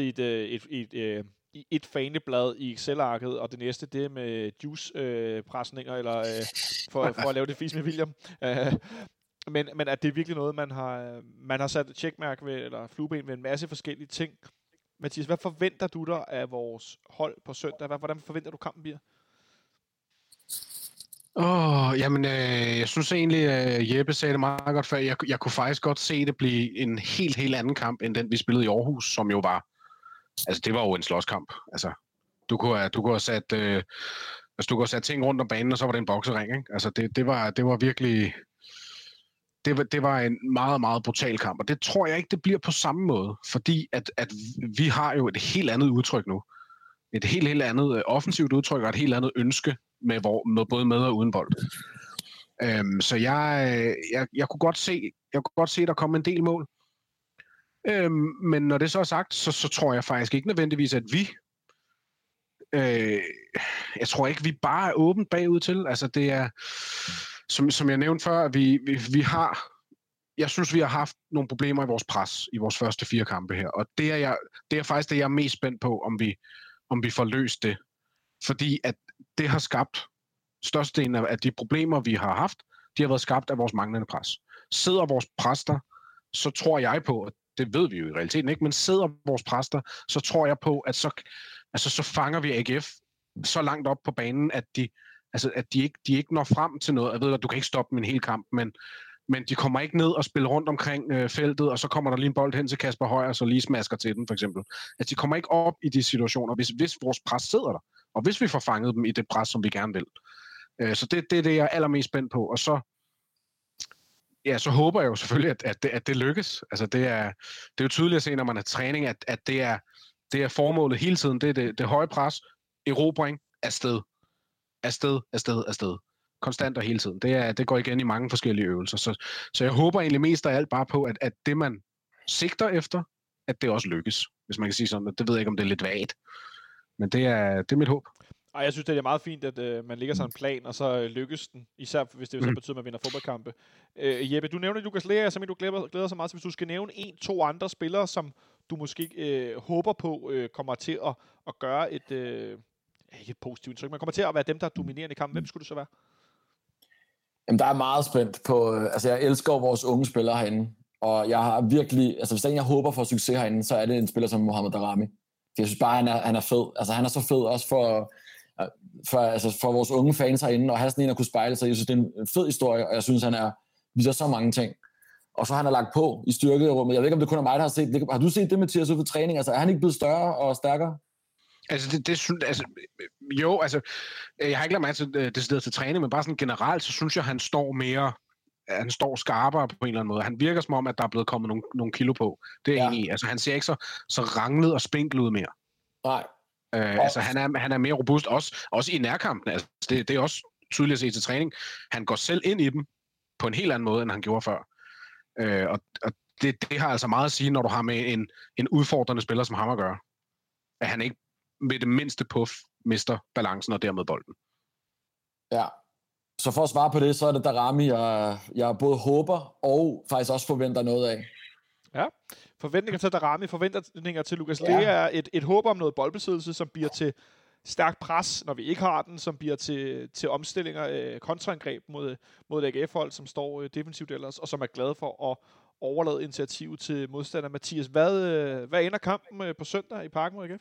i et faneblad i Excel-arket, og det næste, det er med juice-presninger, eller for at lave det fis med William. Men at det er virkelig noget, man har sat et checkmærke ved, eller flueben ved en masse forskellige ting. Mathias, hvad forventer du dig af vores hold på søndag? Hvordan forventer du kampen bliver? Jeg synes egentlig, at Jeppe sagde det meget godt før. Jeg kunne faktisk godt se det blive en helt anden kamp, end den vi spillede i Aarhus, som jo var... Altså, det var jo en slåskamp. Altså, du kunne have sat ting rundt om banen, og så var det en boksering, ikke? Altså, det var virkelig... Det var en meget, meget brutal kamp, og det tror jeg ikke, det bliver på samme måde, fordi at vi har jo et helt andet udtryk nu. Et helt andet offensivt udtryk, og et helt andet ønske, med både med og uden bold. Så jeg kunne godt se, der kom en del mål. Men når det så er sagt, så tror jeg faktisk ikke nødvendigvis, at vi... jeg tror ikke, vi bare er åbent bagud til. Altså, det er... Som jeg nævnte før, vi har... Jeg synes, vi har haft nogle problemer i vores pres i vores første 4 kampe her. Og det er faktisk det, jeg er mest spændt på, om vi får løst det. Fordi at det har skabt størstedelen af de problemer, vi har haft, de har været skabt af vores manglende pres. Sidder vores pres der, så tror jeg på, at det ved vi jo i realiteten ikke, men sidder vores pres der, så tror jeg på, at altså så fanger vi AGF så langt op på banen, at de ikke når frem til noget. Jeg ved, at du kan ikke stoppe dem en hel kamp, men de kommer ikke ned og spiller rundt omkring feltet, og så kommer der lige en bold hen til Kasper Højer, så lige smasker til den, for eksempel. Altså, de kommer ikke op i de situationer, hvis vores pres sidder der, og hvis vi får fanget dem i det pres, som vi gerne vil. Så det er det, jeg er allermest spændt på. Og så håber jeg jo selvfølgelig, at det lykkes. Altså, det er jo tydeligt at se, når man har træning, at det er formålet hele tiden. Det er det høje pres, erobring, afsted. Konstant og hele tiden. Det går igen i mange forskellige øvelser. Så jeg håber egentlig mest af alt bare på, at det, man sigter efter, at det også lykkes. Hvis man kan sige sådan. Det ved jeg ikke, om det er lidt vagt. Men det er mit håb. Og jeg synes, det er meget fint, at man lægger sig en plan, og så lykkes den. Især hvis det så betyder, at man vinder fodboldkampe. Jeppe, du nævner Lukas Lea, som du glæder sig meget til. Hvis du skal nævne 1-2 andre spillere, som du måske håber på kommer til at gøre ikke et positivt indtryk, men kommer til at være dem, der er dominerende i kampen. Hvem skulle det så være? Jamen, der er meget spændt på... Altså, jeg elsker vores unge spillere herinde, og jeg har virkelig... Altså, hvis der er en, jeg håber for succes herinde, så er det en spiller som Mohamed Daramy. Jeg synes bare, han er fed. Altså, han er så fed også for vores unge fans herinde, og have sådan en at kunne spejle sig. Jeg synes, det er en fed historie, og jeg synes, han viser så mange ting. Og så har han lagt på i styrkerummet. Jeg ved ikke, om det kun er mig, der har set det. Har du set det, Mathias, ud for træning? Altså, er han ikke blevet større og stærkere? Altså, jeg har ikke lagt mig til det stedet til træning, men bare sådan generelt, så synes jeg, han står skarpere på en eller anden måde. Han virker som om, at der er blevet kommet nogle kilo på. Det er jeg enig i. Altså, han ser ikke så ranglet og spinkel ud mere. Nej. Altså, han er mere robust, også i nærkampen. Altså, det er også tydeligt at se til træning. Han går selv ind i dem på en helt anden måde, end han gjorde før. Og det har altså meget at sige, når du har med en udfordrende spiller som ham at gøre. At han ikke med det mindste puff mister balancen og dermed bolden. Ja. Så for at svare på det, så er det Daramy, jeg både håber og faktisk også forventer noget af. Ja. Forventninger til Daramy, forventninger til Lukas Lea er et håb om noget boldbesiddelse, som bliver til stærkt pres, når vi ikke har den, som bliver til omstillinger, kontraangreb mod et AGF-hold, som står defensivt ellers, og som er glade for at overlade initiativet til modstander. Mathias, hvad ender kampen på søndag i Parken mod AGF?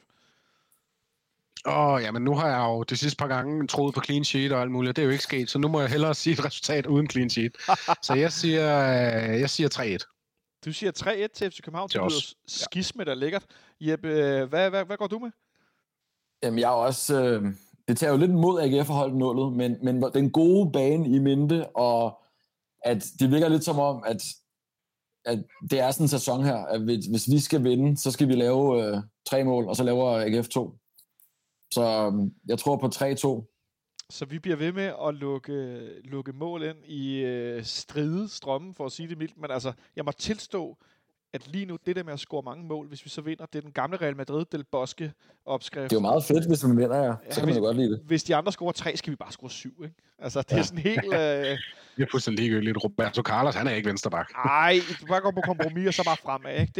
Jamen nu har jeg jo de sidste par gange troet på clean sheet og alt muligt, det er jo ikke sket, så nu må jeg hellere sige et resultat uden clean sheet. Så jeg siger 3-1. Du siger 3-1 til FC København, det lyder skisme, der lækkert. Jeppe, hvad går du med? Jamen jeg er også, det tager jo lidt mod AGF at holde nullet, men den gode bane i mente, og at det virker lidt som om, at det er sådan en sæson her, at hvis vi skal vinde, så skal vi lave 3 mål, og så laver AGF 2. Så jeg tror på 3-2. Så vi bliver ved med at lukke mål ind i stride strømmen, for at sige det mildt. Men altså, jeg må tilstå, at lige nu, det der med at score mange mål, hvis vi så vinder, det er den gamle Real Madrid Del Bosque-opskrift. Det er jo meget fedt, hvis man vinder, ja. Så kan man jo godt lide det. Hvis de andre scorer 3, skal vi bare score 7, ikke? Altså, det er sådan helt... Det er fuldstændig ligegyldigt. Roberto Carlos, han er ikke venstreback. Nej, du bare går på kompromis, og så bare fremad, ikke?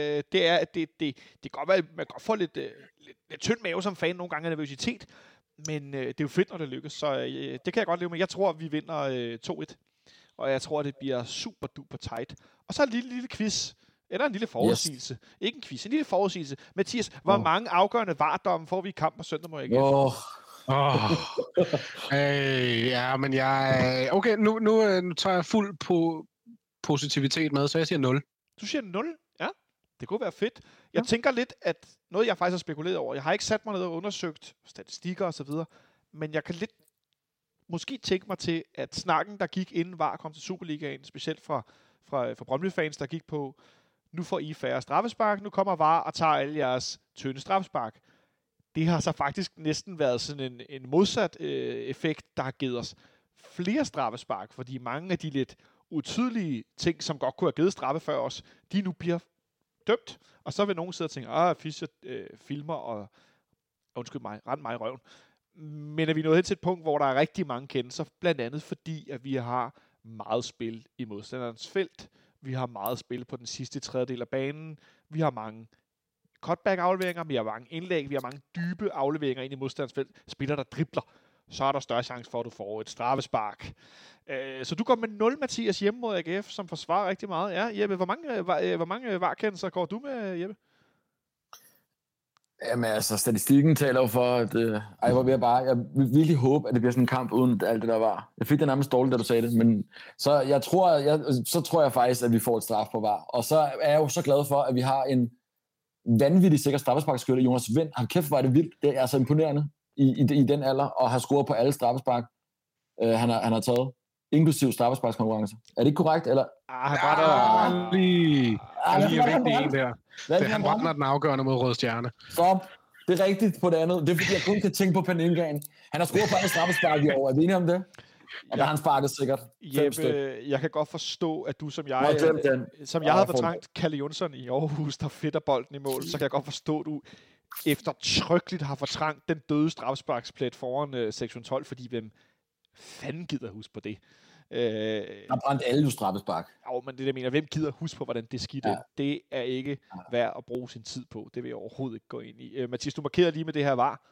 Det kan godt være, man kan godt få lidt tynd mave som fan nogle gange af nervøsitet, men det er jo fedt, når det lykkes, så det kan jeg godt leve med. Jeg tror, vi vinder 2-1, og jeg tror, det bliver super duper tight. Og så en lille quiz, eller en lille forudsigelse. Yes. Ikke en quiz, en lille forudsigelse. Mathias, hvor mange afgørende VAR-domme får vi i kamp på søndag mod AGF? Ja, men jeg... Okay, nu tager jeg fuld på positivitet med, så jeg siger 0. Du siger 0? Ja, det kunne være fedt. Jeg tænker lidt, at noget, jeg faktisk har spekuleret over, jeg har ikke sat mig ned og undersøgt statistikker og så videre, men jeg kan lidt måske tænke mig til, at snakken, der gik inden VAR kom til Superligaen, specielt fra Brøndby-fans, der gik på, nu får I færre straffespark, nu kommer VAR og tager alle jeres tynde straffespark. Det har så faktisk næsten været sådan en modsat effekt, der har givet os flere straffespark, fordi mange af de lidt utydelige ting, som godt kunne have givet straffe før os, de nu bliver dømt. Og så vil nogen sidde og tænke, Fischer filmer og undskyld mig, rend mig i røven. Men er vi nået hen til et punkt, hvor der er rigtig mange kendelser, blandt andet fordi, at vi har meget spil i modstanderens felt. Vi har meget spil på den sidste tredjedel af banen. Vi har mange cutback-afleveringer, vi har mange indlæg, vi har mange dybe afleveringer ind i modstanderens felt. Spiller, der dribler, så er der større chance for, at du får et straffespark. Så du går med 0, Mathias, hjemme mod AGF, som forsvarer rigtig meget. Ja, Jeppe, hvor mange VAR-kendelser går du med, Jeppe? Jamen altså, statistikken taler jo for, at jeg vil virkelig håbe, at det bliver sådan en kamp uden alt det, der var. Jeg fik det nærmest dårligt, da du sagde det, men så tror jeg faktisk, at vi får et straf på VAR. Og så er jeg jo så glad for, at vi har en vanvittig sikker straffesparkskytte. Jonas Vind, har kæft, var det vildt. Det er så imponerende i den alder, og har scoret på alle straffespark, han har taget, inklusiv straffesparkskonkurrence. Er det ikke korrekt, eller? Lige vigtigt en der. Han brænder den afgørende mod Røde Stjerne. Stop. Det er rigtigt på det andet. Det er fordi, jeg kun kan tænke på Pernilgaen. Han har scoret på alle straffespark i år. Er vi enige om det? Og der har han sparket sikkert. Jeppe, jeg kan godt forstå, at du, som jeg havde fortrængt Kalle Jonsson i Aarhus, der fedter bolden i mål, så kan jeg godt forstå, at du eftertrykkeligt har fortrængt den døde straffesparksplet foran sektion 12, fordi hvem fanden gider huske på det? Der brændte alle jo straffespark. Jo, men det der mener, hvem gider huske på, hvordan det skete? Ja. Det er ikke værd at bruge sin tid på. Det vil jeg overhovedet ikke gå ind i. Mathias, du markerede lige med det her VAR.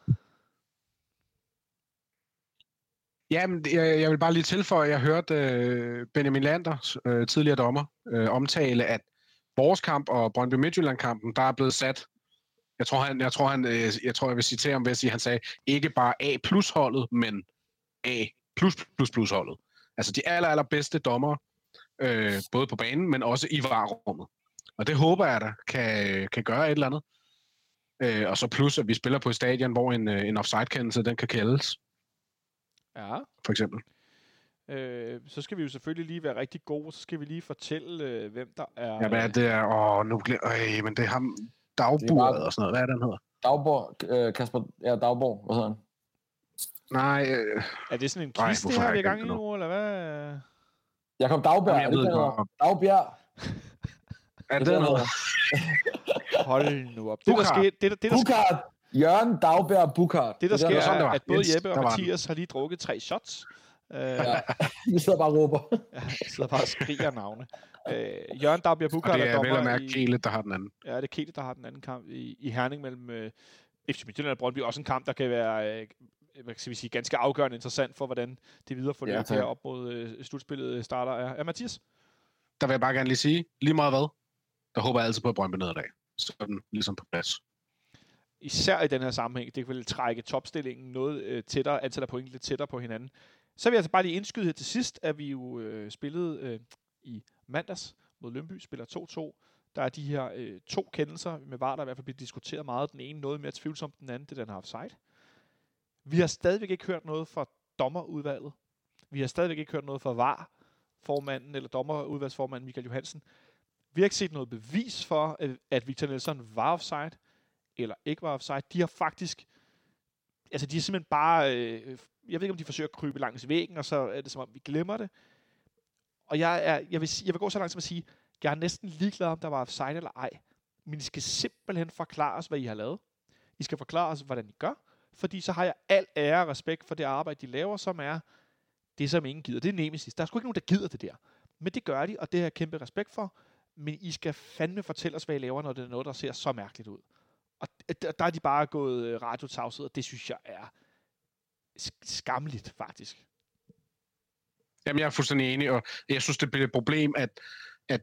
Jamen, jeg vil bare lige tilføje, at jeg hørte Benjamin Lander, tidligere dommer, omtale, at vores kamp og Brøndby Midtjylland-kampen, der er blevet sat. Jeg tror, jeg vil citere ham ved at sige, han sagde, ikke bare A+-holdet, men A+++-holdet. Altså de allerbedste dommer, både på banen, men også i VAR-rummet. Og det håber jeg, der kan gøre et eller andet. Og så plus, at vi spiller på et stadion, hvor en offside-kendelse, den kan kaldes. Ja. For eksempel. Så skal vi jo selvfølgelig lige være rigtig gode, så skal vi lige fortælle, hvem der er... Ja, hvad er det? Men det er ham, Dagborg og sådan noget. Hvad er den hedder? Dagborg, Kasper, Dagborg, hvad hedder han? Nej. Er det sådan en quiz, det her, vi er i gang i nu, eller hvad? Jakob Dagbjerg, er det ikke Dagbjerg? Er det noget? Hold nu op. Det der sker... Jørgen Dagbjerg Buchard. Det der sker er, at både Jeppe og Mathias har lige drukket 3 shots. Vi sidder bare og råber. Vi sidder bare og skriger navne. Jørgen Dagbjerg Buchard er dommer. Det er vel at mærke Kæle, der har den anden. Ja, det er Kæle, der har den anden kamp i Herning mellem FC Midtjylland og Brøndby. Også en kamp, der kan være hvad skal vi sige, ganske afgørende interessant for, hvordan det videre forløb her op mod slutspillet starter. Ja, Mathias? Der vil jeg bare gerne lige sige, lige meget hvad, der håber jeg altid på, at Brøndby nedad. Så er den ligesom på plads. Især i den her sammenhæng, det vil trække topstillingen noget tættere, antallet af point lidt tættere på hinanden. Så vil jeg altså bare lige indskyde her til sidst, at vi jo spillede i mandags mod Lyngby, spiller 2-2. Der er de her 2 kendelser med VAR, der i hvert fald bliver diskuteret meget. Den ene noget mere tvivlsom, den anden, det er den her offside. Vi har stadigvæk ikke hørt noget fra dommerudvalget. Vi har stadigvæk ikke hørt noget fra VAR-formanden eller dommerudvalgsformanden Michael Johansen. Vi har ikke set noget bevis for, at Victor Nelsson var offside eller ikke var offside. De har faktisk... Altså, de er simpelthen bare... jeg ved ikke, om de forsøger at krybe langs væggen, og så er det som om, vi glemmer det. Og jeg vil gå så langt som at sige, jeg er næsten ligeglad, om der var offside eller ej. Men I skal simpelthen forklare os, hvad I har lavet. I skal forklare os, hvordan I gør. Fordi så har jeg al ære og respekt for det arbejde, de laver, som er det, som ingen gider. Det er Nemesis. Der er sgu ikke nogen, der gider det der. Men det gør de, og det har jeg kæmpe respekt for. Men I skal fandme fortælle os, hvad I laver, når det er noget, der ser så mærkeligt ud. Og der er de bare gået radiotavshed, og det synes jeg er skamligt, faktisk. Jamen, jeg er fuldstændig enig, og jeg synes, det bliver et problem, at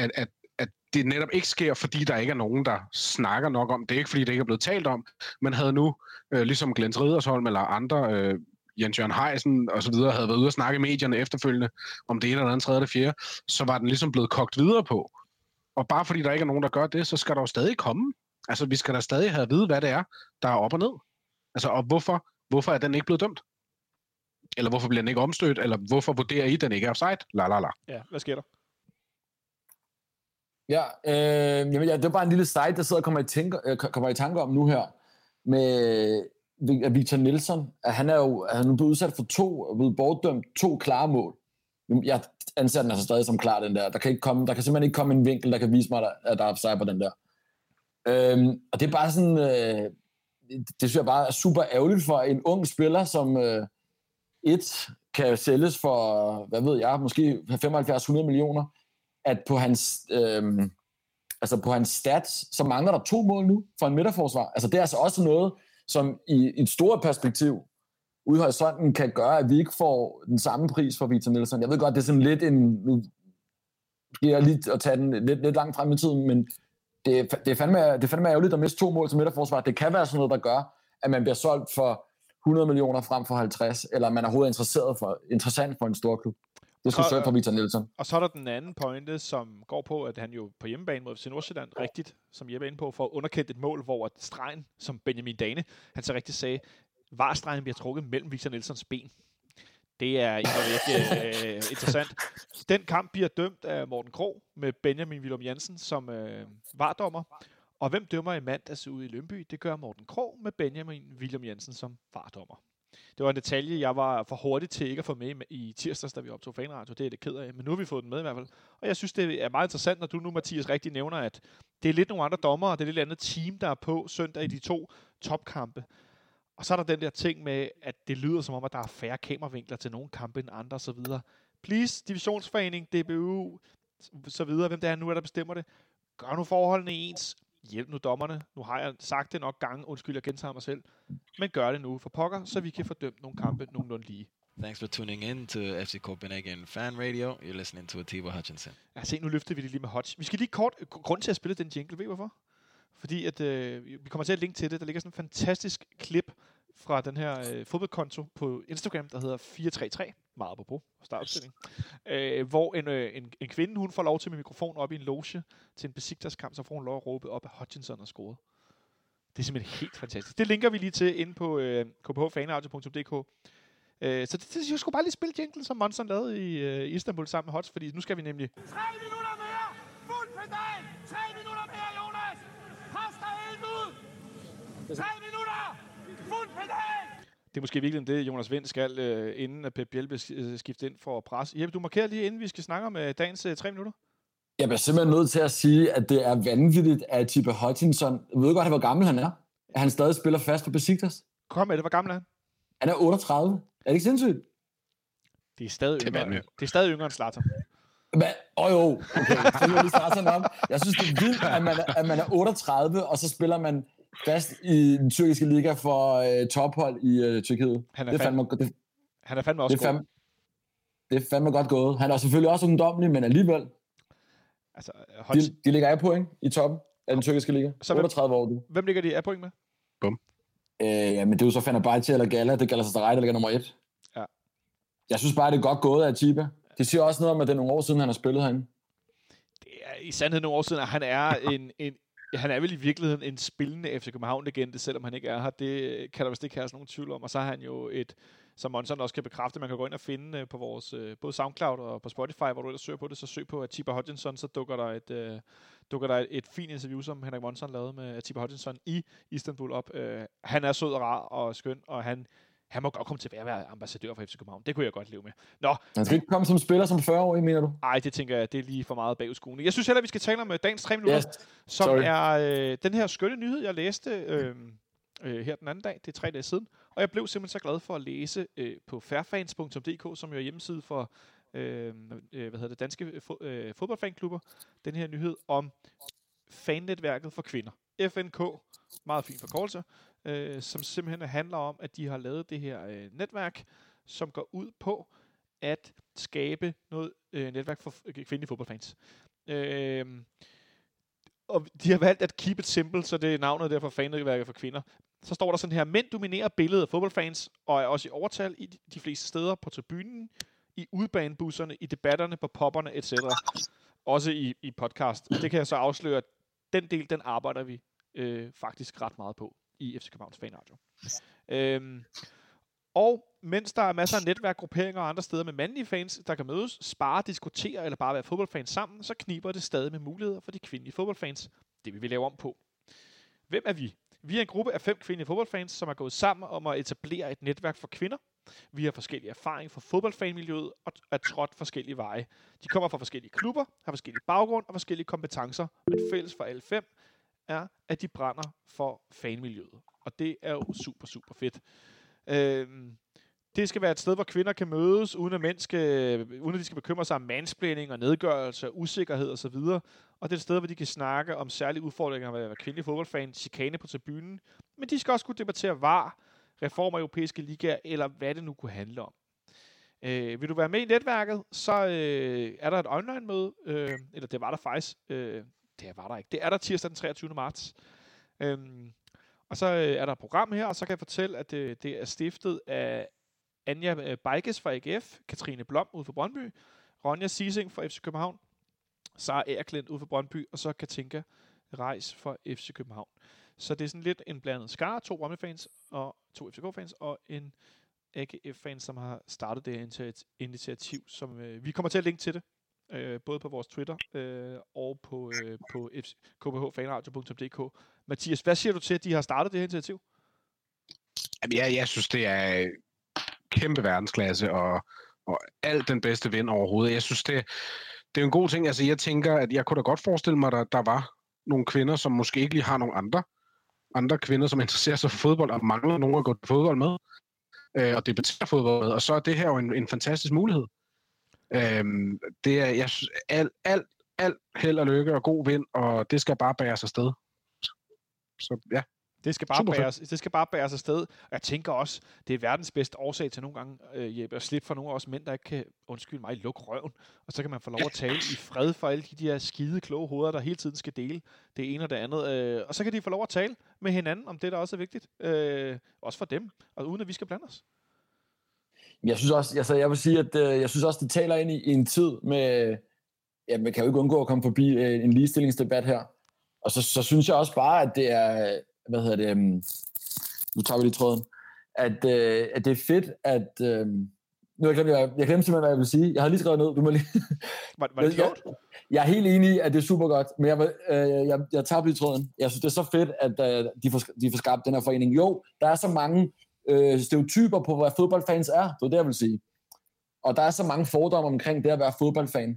det netop ikke sker, fordi der ikke er nogen, der snakker nok om det. Ikke fordi det ikke er blevet talt om, men havde nu, ligesom Glenn Riddersholm eller andre, Jens Jørgen Heisen og så videre, havde været ude og snakke i medierne efterfølgende om det ene eller andet, tredje eller fjerde, så var den ligesom blevet kogt videre på. Og bare fordi der ikke er nogen, der gør det, så skal der jo stadig komme. Altså, vi skal da stadig have at vide, hvad det er, der er op og ned. Altså, og hvorfor er den ikke blevet dømt? Eller hvorfor bliver den ikke omstødt? Eller hvorfor vurderer I, den ikke er offside? Ja, hvad sker der? Ja, det er bare en lille site, der sidder og kommer i tanke om nu her, med Victor Nelsson. Han er nu blevet udsat for 2, blevet bortdømt 2 klare mål. Jeg anser den altså stadig som klar, den der. Der kan simpelthen ikke komme en vinkel, der kan vise mig, at der er offside på den der. Og det er bare sådan, det synes jeg bare er super ærgerligt for en ung spiller, som kan sælges for, hvad ved jeg, måske 75-100 millioner, at på hans stats, så mangler der 2 mål nu for en midterforsvar. Altså det er altså også noget, som i et stort perspektiv ude i horisonten kan gøre, at vi ikke får den samme pris for Victor Nelsson. Jeg ved godt, det er sådan lidt nu skal jeg lige at tage den lidt langt frem i tiden, men det er fandme ærgerligt at miste 2 mål til midterforsvar. Det kan være sådan noget, der gør, at man bliver solgt for 100 millioner frem for 50, eller man er overhovedet interessant for en stor klub. Det skal sørge for Victor Nielsen. Og så er der den anden pointe, som går på, at han jo på hjemmebane mod FC Nordsjælland rigtigt, som Jeppe er inde på, for at underkendt et mål, hvor stregen, som Benjamin Dane, han så rigtigt sagde, VAR-stregen bliver trukket mellem Victor Nielsens ben. Det er ikke interessant. Den kamp bliver dømt af Morten Krog med Benjamin Willum Jensen som VAR-dommer. Og hvem dømmer i mandags ude i Lyngby? Det gør Morten Krog med Benjamin Willum Jensen som VAR-dommer. Det var en detalje, jeg var for hurtig til ikke at få med i tirsdags, da vi optog Fanradio. Det er det ked af, men nu har vi fået den med i hvert fald. Og jeg synes, det er meget interessant, når du nu, Mathias, rigtig nævner, at det er lidt nogle andre dommere, og det er lidt andet team, der er på søndag i de 2 topkampe. Og så er der den der ting med, at det lyder som om, at der er færre kameravinkler til nogle kampe end andre osv. Please, divisionsforening, DBU, så videre, hvem det er nu, der bestemmer det. Gør nu forholdene ens. Hjælp nu dommerne. Nu har jeg sagt det nok gange. Undskyld, jeg gentager mig selv. Men gør det nu for pokker, så vi kan få dømt nogle kampe nogenlunde lige. Thanks for tuning in to FC Copenhagen Fan Radio. You're listening to Atiba Hutchinson. Ja, se, nu løfter vi det lige med Hutch. Vi skal lige kort... Grund til at spille den jingle, ved I hvorfor? Fordi at, vi kommer til at linke til det. Der ligger sådan en fantastisk klip fra den her fodboldkonto på Instagram, der hedder 433. Meget på startopstilling. Hvor en kvinde, hun får lov til med mikrofon op i en loge til en Besiktas-kamp, så får hun lov at råbe op, at Hutchinson har scoret. Det er simpelthen helt fantastisk. Det linker vi lige til inde på kphfanradio.dk. Så jeg skulle bare lige spille jinglen, som Monson lavede i Istanbul sammen med Hutch, fordi nu skal vi nemlig... 3 minutter mere! Fuld pedal! 3 minutter mere, Jonas! Pres dig helt ud! 3 minutter! Fuld pedal! Det er måske virkelig det, Jonas Vind skal, inden at Pep Biel skifter ind for pres. Jeppe, du markerer lige, inden vi skal snakke om dagens 3 minutter. Jeg bliver simpelthen nødt til at sige, at det er vanvittigt, at Atiba Hutchinson, jeg ved godt, hvor gammel han er, at han stadig spiller fast for Besiktas. Kom med det, hvor gammel er han? Han er 38. Er det ikke sindssygt? Det er stadig yngre end Zlatan. Men, okay, så vil jeg lige starte sådan om. Jeg synes, det er vildt, at man er 38, og så spiller man fast i den tyrkiske liga for tophold i Tyrkiet. Han er fandme også god. Det er fandme godt gået. Han er selvfølgelig også ungdomlig, men alligevel. Altså, de ligger af point i toppen af den tyrkiske liga. Så 38 år, du. Hvem ligger de af point med? Bum. Men det er jo så Fenerbahce eller Gala. Det gælder sig der ligger nummer 1. Ja. Jeg synes bare, det er godt gået af Atiba. Det siger også noget om, at det er nogle år siden, han har spillet herinde. Det er i sandhed nogle år siden, at han er han er vel i virkeligheden en spillende FC København-legende, selvom han ikke er her. Det kan der vist ikke have nogen tvivl om. Og så har han jo som Monson også kan bekræfte, man kan gå ind og finde på vores både SoundCloud og på Spotify, hvor du ellers søger på det, så søg på Atiba Hutchinson, så dukker der et fint interview, som Henrik Monson lavede med Atiba Hutchinson i Istanbul op. Han er sød og rar og skøn, og han må godt komme til at være ambassadør for FC København. Det kunne jeg godt leve med. Nå. Han skal ikke komme som spiller som 40-årig, mener du? Nej, det tænker jeg, det er lige for meget bagudskuende. Jeg synes heller, vi skal tale om dagens 3 minutter, som er den her skønne nyhed, jeg læste her den anden dag. Det er 3 dage siden. Og jeg blev simpelthen så glad for at læse på fairfans.dk, som jo er hjemmeside for danske fodboldfanklubber, den her nyhed om fannetværket for kvinder. FNK, meget fin forkortelse, som simpelthen handler om, at de har lavet det her netværk, som går ud på at skabe noget netværk for kvindelige fodboldfans. Og de har valgt at keep it simple, så det er navnet der for fannetværket for kvinder. Så står der sådan her: mænd dominerer billedet af fodboldfans, og er også i overtal i de fleste steder, på tribunen, i udbanebusserne, i debatterne, på popperne, etc. Også i podcast. Det kan jeg så afsløre, at den del, den arbejder vi faktisk ret meget på i FC Københavns Fanradio. Og mens der er masser af netværkgrupperinger og andre steder med mandlige fans, der kan mødes, spare, diskutere eller bare være fodboldfans sammen, så kniber det stadig med muligheder for de kvindelige fodboldfans. Det vil vi lave om på. Hvem er vi? Vi er en gruppe af 5 kvindelige fodboldfans, som er gået sammen om at etablere et netværk for kvinder. Vi har forskellige erfaringer fra fodboldfanmiljøet og er trådt forskellige veje. De kommer fra forskellige klubber, har forskellige baggrund og forskellige kompetencer, men fælles for alle 5 er, at de brænder for fanmiljøet. Og det er jo super, super fedt. Det skal være et sted, hvor kvinder kan mødes, uden at de skal bekymre sig om mansplaining og nedgørelse og usikkerhed osv. Og det er et sted, hvor de kan snakke om særlige udfordringer med at være kvindelig fodboldfan, chikane på tribunen. Men de skal også kunne debattere VAR, reformer af europæiske ligaer, eller hvad det nu kunne handle om. Vil du være med i netværket, så er der et online-møde, eller det var der faktisk det var der ikke. Det er der tirsdag den 23. marts. Og så er der et program her, og så kan jeg fortælle, at det er stiftet af Anja Bajkes fra AGF, Katrine Blom ude for Brøndby, Ronja Sising fra FC København, Sara Erklint ude for Brøndby, og så Katinka Reis fra FC København. Så det er sådan lidt en blandet skare, 2 Brøndby-fans og 2 FCK-fans, og en AGF-fans, som har startet det her initiativ, som vi kommer til at linke til det, både på vores Twitter og på kbhfanradio.dk. Mathias, hvad siger du til, at de har startet det her initiativ? Jamen, jeg synes, det er kæmpe verdensklasse, og alt den bedste ven overhovedet. Jeg synes, det er en god ting. Altså, jeg tænker, at jeg kunne da godt forestille mig, at der var nogle kvinder, som måske ikke lige har nogle andre kvinder, som interesserer sig for fodbold, og mangler nogen at gå til fodbold med, og debattere fodbold med. Og så er det her jo en fantastisk mulighed. Det er, jeg synes, alt held og lykke og god vind, og det skal bare bæres afsted. Så ja. Det skal bare bæres afsted. Og jeg tænker også, det er verdens bedste årsag til nogle gange, Jeppe, at slippe for nogle af os mænd, der ikke kan, undskyld mig, lukke røven. Og så kan man få lov at tale i fred for alle de her skide kloge hoveder, der hele tiden skal dele det ene og det andet. Og så kan de få lov at tale med hinanden om det, der også er vigtigt. Også for dem, og uden at vi skal blande os. Jeg synes også, jeg vil sige, at jeg synes også, det taler ind i en tid med, ja, man kan jo ikke undgå at komme forbi en ligestillingsdebat her. Og så synes jeg også bare, at det er, nu tager vi lige tråden, at det er fedt, at, nu jeg glemte simpelthen, hvad jeg vil sige. Jeg har lige skrevet ned, du må lige... Var det sjovt? Jeg er helt enig i, at det er super godt, men jeg tager lige tråden. Jeg synes, det er så fedt, at de får skabt den her forening. Jo, der er så mange stereotyper på, hvad fodboldfans er, det er det, jeg vil sige. Og der er så mange fordomme omkring det at være fodboldfan.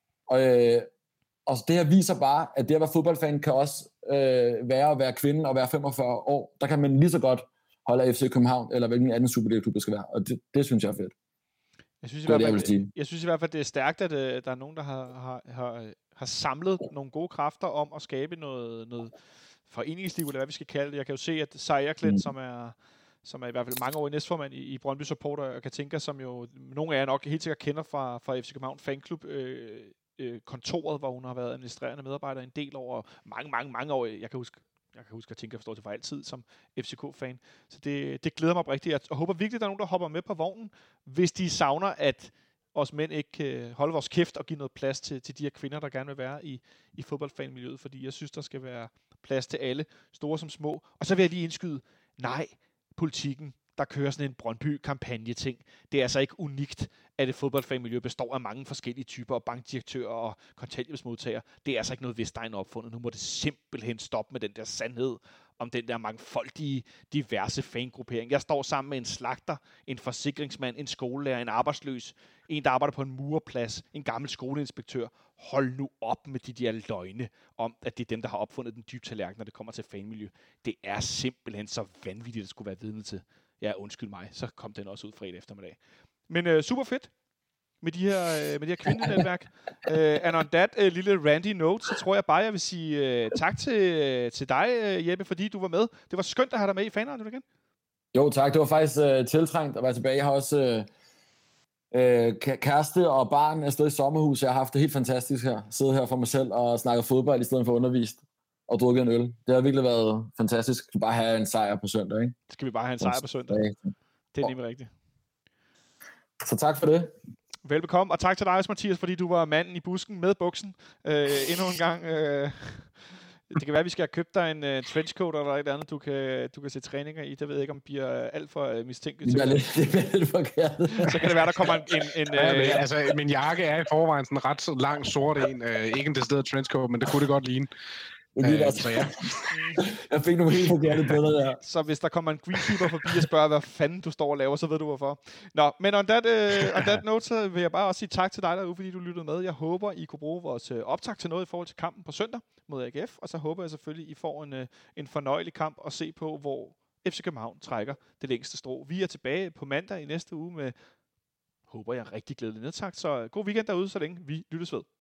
Og det her viser bare, at det at være fodboldfan kan også være at være kvinde og være 45 år. Der kan man lige så godt holde af FC København, eller hvilken anden Superliga-klub det skal være. Og det synes jeg er fedt. Jeg synes i hvert fald, det er stærkt, at der er nogen, der har samlet nogle gode kræfter om at skabe noget foreningsliv, eller hvad vi skal kalde det. Jeg kan jo se, at Sara Erklint, som er i hvert fald mange år i næstformand i Brøndby Supporter, og Katinka, som jo nogle af jer nok helt sikkert kender fra FC København Fanklub, kontoret, hvor hun har været administrerende medarbejder en del over mange år. Jeg kan huske, at Tinka forstår det for altid som FCK-fan. Så det glæder mig oprigtigt. Jeg håber virkelig, at der er nogen, der hopper med på vognen, hvis de savner, at os mænd ikke kan holde vores kæft og give noget plads til de her kvinder, der gerne vil være i fodboldfanmiljøet, fordi jeg synes, der skal være plads til alle, store som små. Og så vil jeg lige indskyde, nej, politikken, der kører sådan en Brøndby-kampagne-ting. Det er altså ikke unikt, at et fodboldfanmiljø består af mange forskellige typer, og bankdirektører og kontanthjælpsmodtagere. Det er altså ikke noget, Vestegn er opfundet. Nu må det simpelthen stoppe med den der sandhed om den der mangfoldige, diverse fangruppering. Jeg står sammen med en slagter, en forsikringsmand, en skolelærer, en arbejdsløs, en, der arbejder på en murerplads, en gammel skoleinspektør. Hold nu op med de der løgne om, at det er dem, der har opfundet den dybe tallerken, når det kommer til fanmiljø. Det er simpelthen så vanvittigt, at skulle være vidne til. Ja, undskyld mig, så kom den også ud fredag eftermiddag. Men super fedt med de her kvindenetværk. And on that lille randy note, så tror jeg bare, jeg vil sige tak til dig, Jeppe, fordi du var med. Det var skønt at have dig med i fanradioen igen. Jo, tak. Det var faktisk tiltrængt at være tilbage. Jeg har også kæreste og barn afsted i sommerhus. Jeg har haft det helt fantastisk her. Sidde her for mig selv og snakke fodbold i stedet for undervist og drukket en øl. Det har virkelig været fantastisk. Skal bare have en sejr på søndag, ikke? Skal vi bare have en sejr på søndag? Det er nemlig rigtigt. Så tak for det. Velbekomme, og tak til dig, Mathias, fordi du var manden i busken med buksen endnu en gang. Det kan være, at vi skal have købt dig en trenchcoat eller et eller andet, du kan se træninger i. Det ved jeg ikke, om bliver alt for mistænkeligt. Det er lidt forkert. Så kan det være, der kommer altså, min jakke er i forvejen sådan ret lang sort en. Ikke en decideret trenchcoat, men det kunne det godt ligne. Så ja. Jeg fik nogle helt forkerte billeder der. Så hvis der kommer en greenkeeper forbi og spørger, hvad fanden du står og laver, så ved du hvorfor. Nå, men on that note, så vil jeg bare også sige tak til dig derude, fordi du lyttede med. Jeg håber, I kunne bruge vores optag til noget i forhold til kampen på søndag mod AGF, og så håber jeg selvfølgelig, I får en fornøjelig kamp at se på, hvor FC København trækker det længste strå. Vi er tilbage på mandag i næste uge med, håber jeg, rigtig glædelig nedtakt. Så god weekend derude, så længe vi lyttes ved.